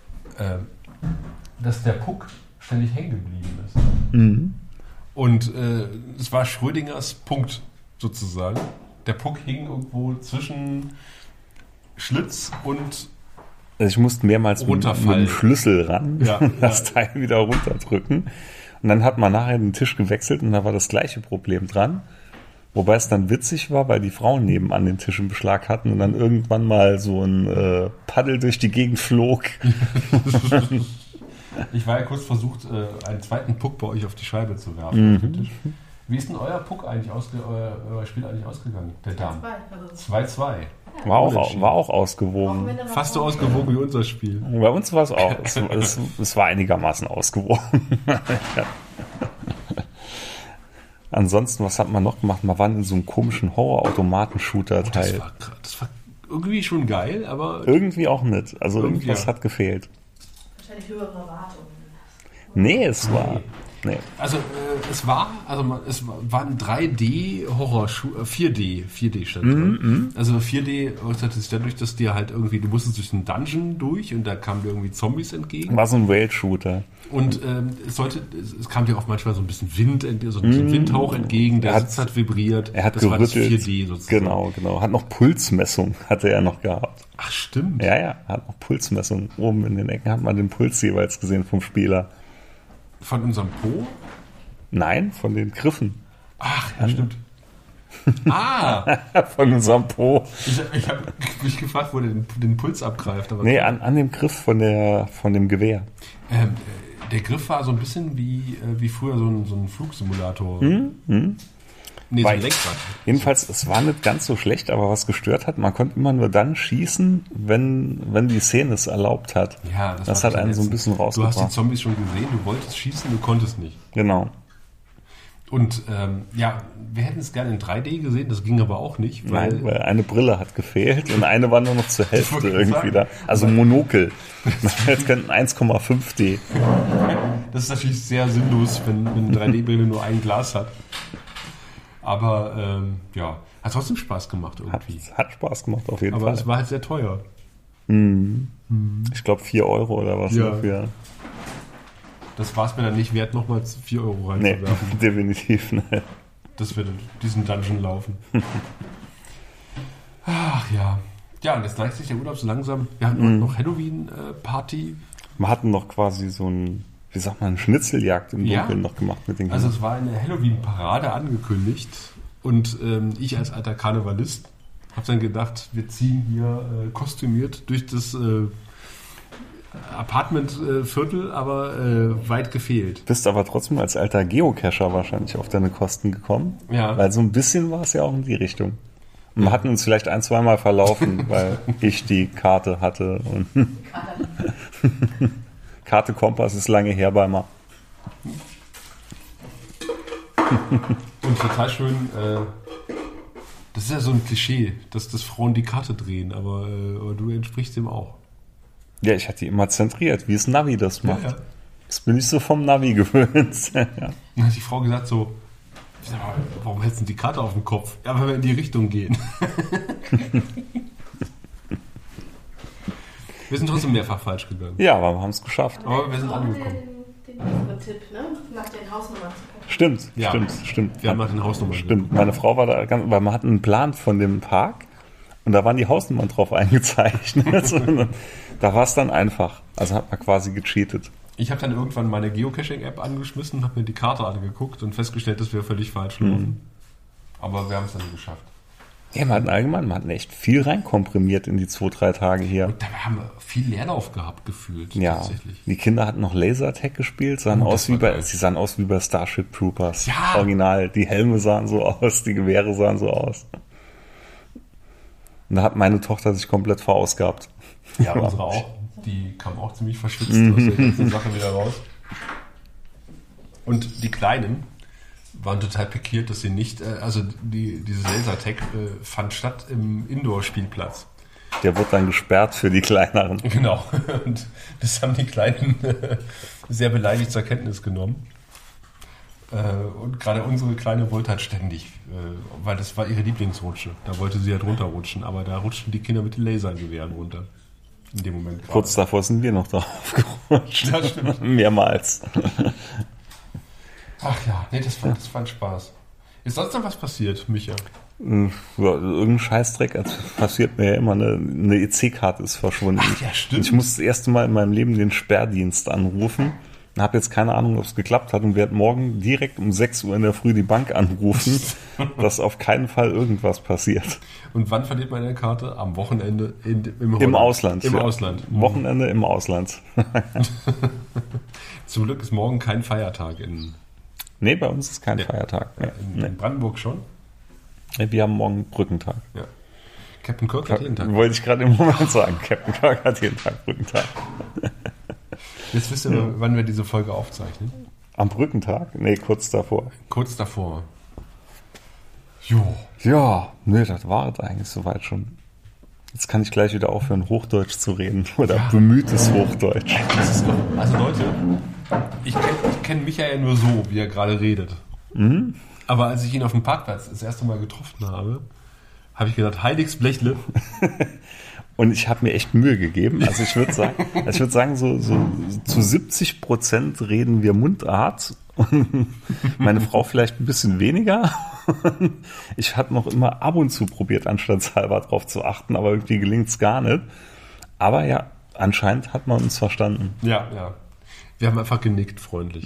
dass der Puck ständig hängen geblieben ist. Mhm. Und es war Schrödingers Punkt sozusagen. Der Puck hing irgendwo zwischen Schlitz und Also ich musste mehrmals mit dem Schlüssel ran, das Teil wieder runterdrücken. Und dann hat man nachher den Tisch gewechselt und da war das gleiche Problem dran. Wobei es dann witzig war, weil die Frauen nebenan den Tisch im Beschlag hatten und dann irgendwann mal so ein Paddel durch die Gegend flog. Ich war ja kurz versucht, einen zweiten Puck bei euch auf die Scheibe zu werfen. Auf den Tisch. Wie ist denn euer Puck eigentlich euer Spiel eigentlich ausgegangen, der Damen? 2-2. War auch ausgewogen. Fast so ausgewogen wie unser Spiel. Bei uns war es auch. Es war einigermaßen ausgewogen. Ansonsten, was hat man noch gemacht? Man war in so einem komischen Horror-Automaten-Shooter-Teil. Das war irgendwie schon geil, aber irgendwie auch nicht. Also irgendwas hat gefehlt. Wahrscheinlich höhere Erwartungen. Nee, Nee. Also es war ein 3D-Horror, 4D stand drin. Also 4D äußerte sich dadurch, dass dir halt irgendwie, du musstest durch einen Dungeon durch und da kamen dir irgendwie Zombies entgegen. War so ein Rail-Shooter. Und es kam dir auch manchmal so ein bisschen Wind, so ein Windhauch entgegen, der Sitz hat vibriert. Er hat das gerüttelt. War das 4D sozusagen. Genau. Hat noch Pulsmessung, hatte er noch gehabt. Ach, stimmt. Ja, hat noch Pulsmessung. Oben in den Ecken hat man den Puls jeweils gesehen vom Spieler. Von unserem Po? Nein, von den Griffen. Ach, ja, stimmt. Von unserem Po. Ich habe mich gefragt, wo der den Puls abgreift. Aber nee, an dem Griff von dem Gewehr. Der Griff war so ein bisschen wie früher so ein Flugsimulator. Nee, so ein Lenkrad. Jedenfalls, es war nicht ganz so schlecht, aber was gestört hat, man konnte immer nur dann schießen, wenn die Szene es erlaubt hat. Ja, das hat einen so ein bisschen rausgebracht. Du hast die Zombies schon gesehen, du wolltest schießen, du konntest nicht. Genau. Und wir hätten es gerne in 3D gesehen, das ging aber auch nicht. Weil eine Brille hat gefehlt und eine war nur noch zur Hälfte irgendwie da. Also Monokel. Jetzt könnten 1,5D. Das ist natürlich sehr sinnlos, wenn eine 3D-Brille nur ein Glas hat. Aber hat trotzdem Spaß gemacht irgendwie. Hat Spaß gemacht auf jeden Fall. Aber es war halt sehr teuer. Ich glaube 4 Euro oder was dafür. Das war es mir dann nicht wert, nochmal 4 Euro reinzuwerfen. Nee, definitiv nicht. Dass wir diesen Dungeon laufen. Ach ja. Ja, und jetzt neigt sich der Urlaub so langsam. Wir hatten noch Halloween-Party. Wir hatten noch quasi so ein, wie sagt man, Schnitzeljagd im Dunkeln noch gemacht mit den Kindern. Also es war eine Halloween-Parade angekündigt und ich als alter Karnevalist habe dann gedacht, wir ziehen hier kostümiert durch das Apartmentviertel, aber weit gefehlt. Bist aber trotzdem als alter Geocacher wahrscheinlich auf deine Kosten gekommen. Ja. Weil so ein bisschen war es ja auch in die Richtung. Und wir hatten uns vielleicht 1-2 Mal verlaufen, weil ich die Karte hatte. Und Karte Kompass ist lange her bei mir. Und total schön, das ist ja so ein Klischee, dass Frauen die Karte drehen, aber du entsprichst dem auch. Ja, ich hatte die immer zentriert, wie es Navi das macht. Ja. Das bin ich so vom Navi gewöhnt. Dann hat die Frau gesagt so, Ich sag mal, warum hältst du die Karte auf dem Kopf? Ja, weil wir in die Richtung gehen. Wir sind trotzdem mehrfach falsch gegangen. Ja, aber wir haben es geschafft. Aber wir sind angekommen. Den besseren Tipp, ne? Nach den Hausnummern zu gucken. Stimmt, Ja. stimmt. Wir haben nach den Hausnummern Stimmt, meine Frau war da ganz, weil man hat einen Plan von dem Park und da waren die Hausnummern drauf eingezeichnet. Da war es dann einfach. Also hat man quasi gecheatet. Ich habe dann irgendwann meine Geocaching-App angeschmissen, habe mir die Karte angeguckt und festgestellt, dass wir völlig falsch laufen. Aber wir haben es dann geschafft. Ja, man hat echt viel reinkomprimiert in die 2-3 Tage hier. Und dabei haben wir viel Leerlauf gehabt, gefühlt. Ja, Tatsächlich. die Kinder hatten noch Lasertag gespielt, sie sahen aus wie bei Starship Troopers. Ja. Original, die Helme sahen so aus, die Gewehre sahen so aus. Und da hat meine Tochter sich komplett verausgabt. Ja, unsere auch. Die kam auch ziemlich verschwitzt aus der ganzen Sache wieder raus. Und die Kleinen waren total pikiert, dass sie nicht, dieses Lasertag fand statt im Indoor-Spielplatz. Der wurde dann gesperrt für die Kleineren. Genau. Und das haben die Kleinen sehr beleidigt zur Kenntnis genommen. Und gerade unsere Kleine wollte halt ständig, weil das war ihre Lieblingsrutsche. Da wollte sie halt runterrutschen, aber da rutschten die Kinder mit den Lasergewehren runter. In dem Moment gerade. Kurz davor sind wir noch drauf gerutscht. Ja, stimmt. Mehrmals. Ach ja, nee, das fand Spaß. Ist sonst noch was passiert, Micha? Ja, irgendein Scheißdreck passiert mir ja immer. Eine EC-Karte ist verschwunden. Ach ja, stimmt. Ich musste das erste Mal in meinem Leben den Sperrdienst anrufen. Ich habe jetzt keine Ahnung, ob es geklappt hat und werde morgen direkt um 6 Uhr in der Früh die Bank anrufen, dass auf keinen Fall irgendwas passiert. Und wann verliert man eine Karte? Am Wochenende im Ausland. Im ja. Ausland. Wochenende im Ausland. Zum Glück ist morgen kein Feiertag in Nee, bei uns ist kein Feiertag. in Brandenburg schon. Wir haben morgen Brückentag. Ja. Captain Kirk hat jeden Tag. Wollte ich gerade im Moment sagen. Captain Kirk hat jeden Tag Brückentag. Jetzt wisst ihr, wann wir diese Folge aufzeichnen. Am Brückentag? Nee, kurz davor. Kurz davor. Jo. Ja, nee, das war es eigentlich soweit schon. Jetzt kann ich gleich wieder aufhören, Hochdeutsch zu reden. Oder bemühtes Hochdeutsch. Das ist doch, also Leute, ich kenn Michael ja nur so, wie er gerade redet. Mhm. Aber als ich ihn auf dem Parkplatz das erste Mal getroffen habe, habe ich gedacht, heiliges Blechle. Und ich habe mir echt Mühe gegeben. Also ich würde sagen, so zu 70% reden wir Mundart. Und meine Frau vielleicht ein bisschen weniger. Ich habe noch immer ab und zu probiert, anstandshalber drauf zu achten, aber irgendwie gelingt es gar nicht. Aber ja, anscheinend hat man uns verstanden. Ja. Wir haben einfach genickt, freundlich.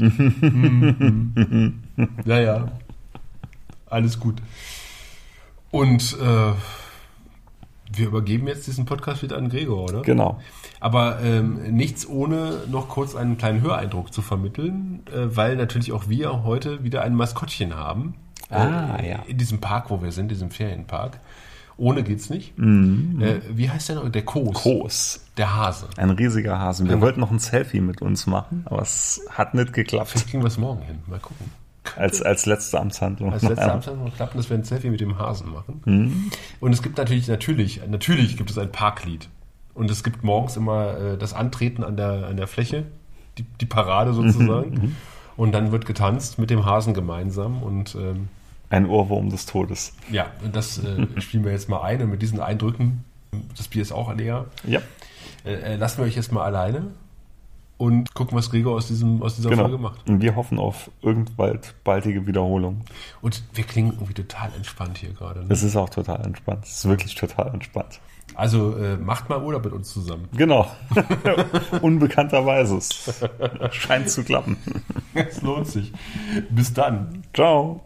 Ja. Alles gut. Und wir übergeben jetzt diesen Podcast wieder an Gregor, oder? Genau. Aber nichts ohne noch kurz einen kleinen Höreindruck zu vermitteln, weil natürlich auch wir heute wieder ein Maskottchen haben. Ja. In diesem Park, wo wir sind, diesem Ferienpark. Ohne geht's nicht. Mhm. Wie heißt der noch? Der Kos. Kos. Der Hase. Ein riesiger Hasen. Wir wollten noch ein Selfie mit uns machen, aber es hat nicht geklappt. Vielleicht kriegen wir es morgen hin. Mal gucken. Als letzte Amtshandlung. Als letzte Amtshandlung klappen, dass wir ein Selfie mit dem Hasen machen. Und es gibt natürlich gibt es ein Parklied. Und es gibt morgens immer das Antreten an der Fläche, die Parade sozusagen. Und dann wird getanzt mit dem Hasen gemeinsam. Und ein Ohrwurm des Todes. ja, und das spielen wir jetzt mal ein. Und mit diesen Eindrücken, das Bier ist auch leer, Ja. lassen wir euch jetzt mal alleine und gucken, was Gregor aus dieser Folge macht. Und wir hoffen auf baldige Wiederholung. Und wir klingen irgendwie total entspannt hier gerade. Ne? Es ist auch total entspannt. Es ist wirklich total entspannt. Also macht mal Urlaub mit uns zusammen. Genau. Unbekannterweise. Es scheint zu klappen. Es lohnt sich. Bis dann. Ciao.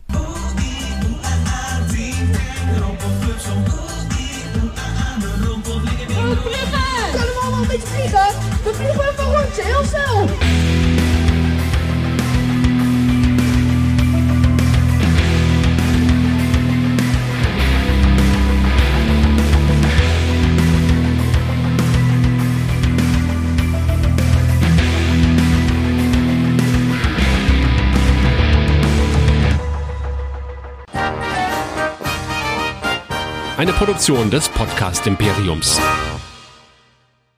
Kan hem allemaal een beetje vliegen? Dan vliegen we even een rondje, heel snel. Eine Produktion des Podcast Imperiums.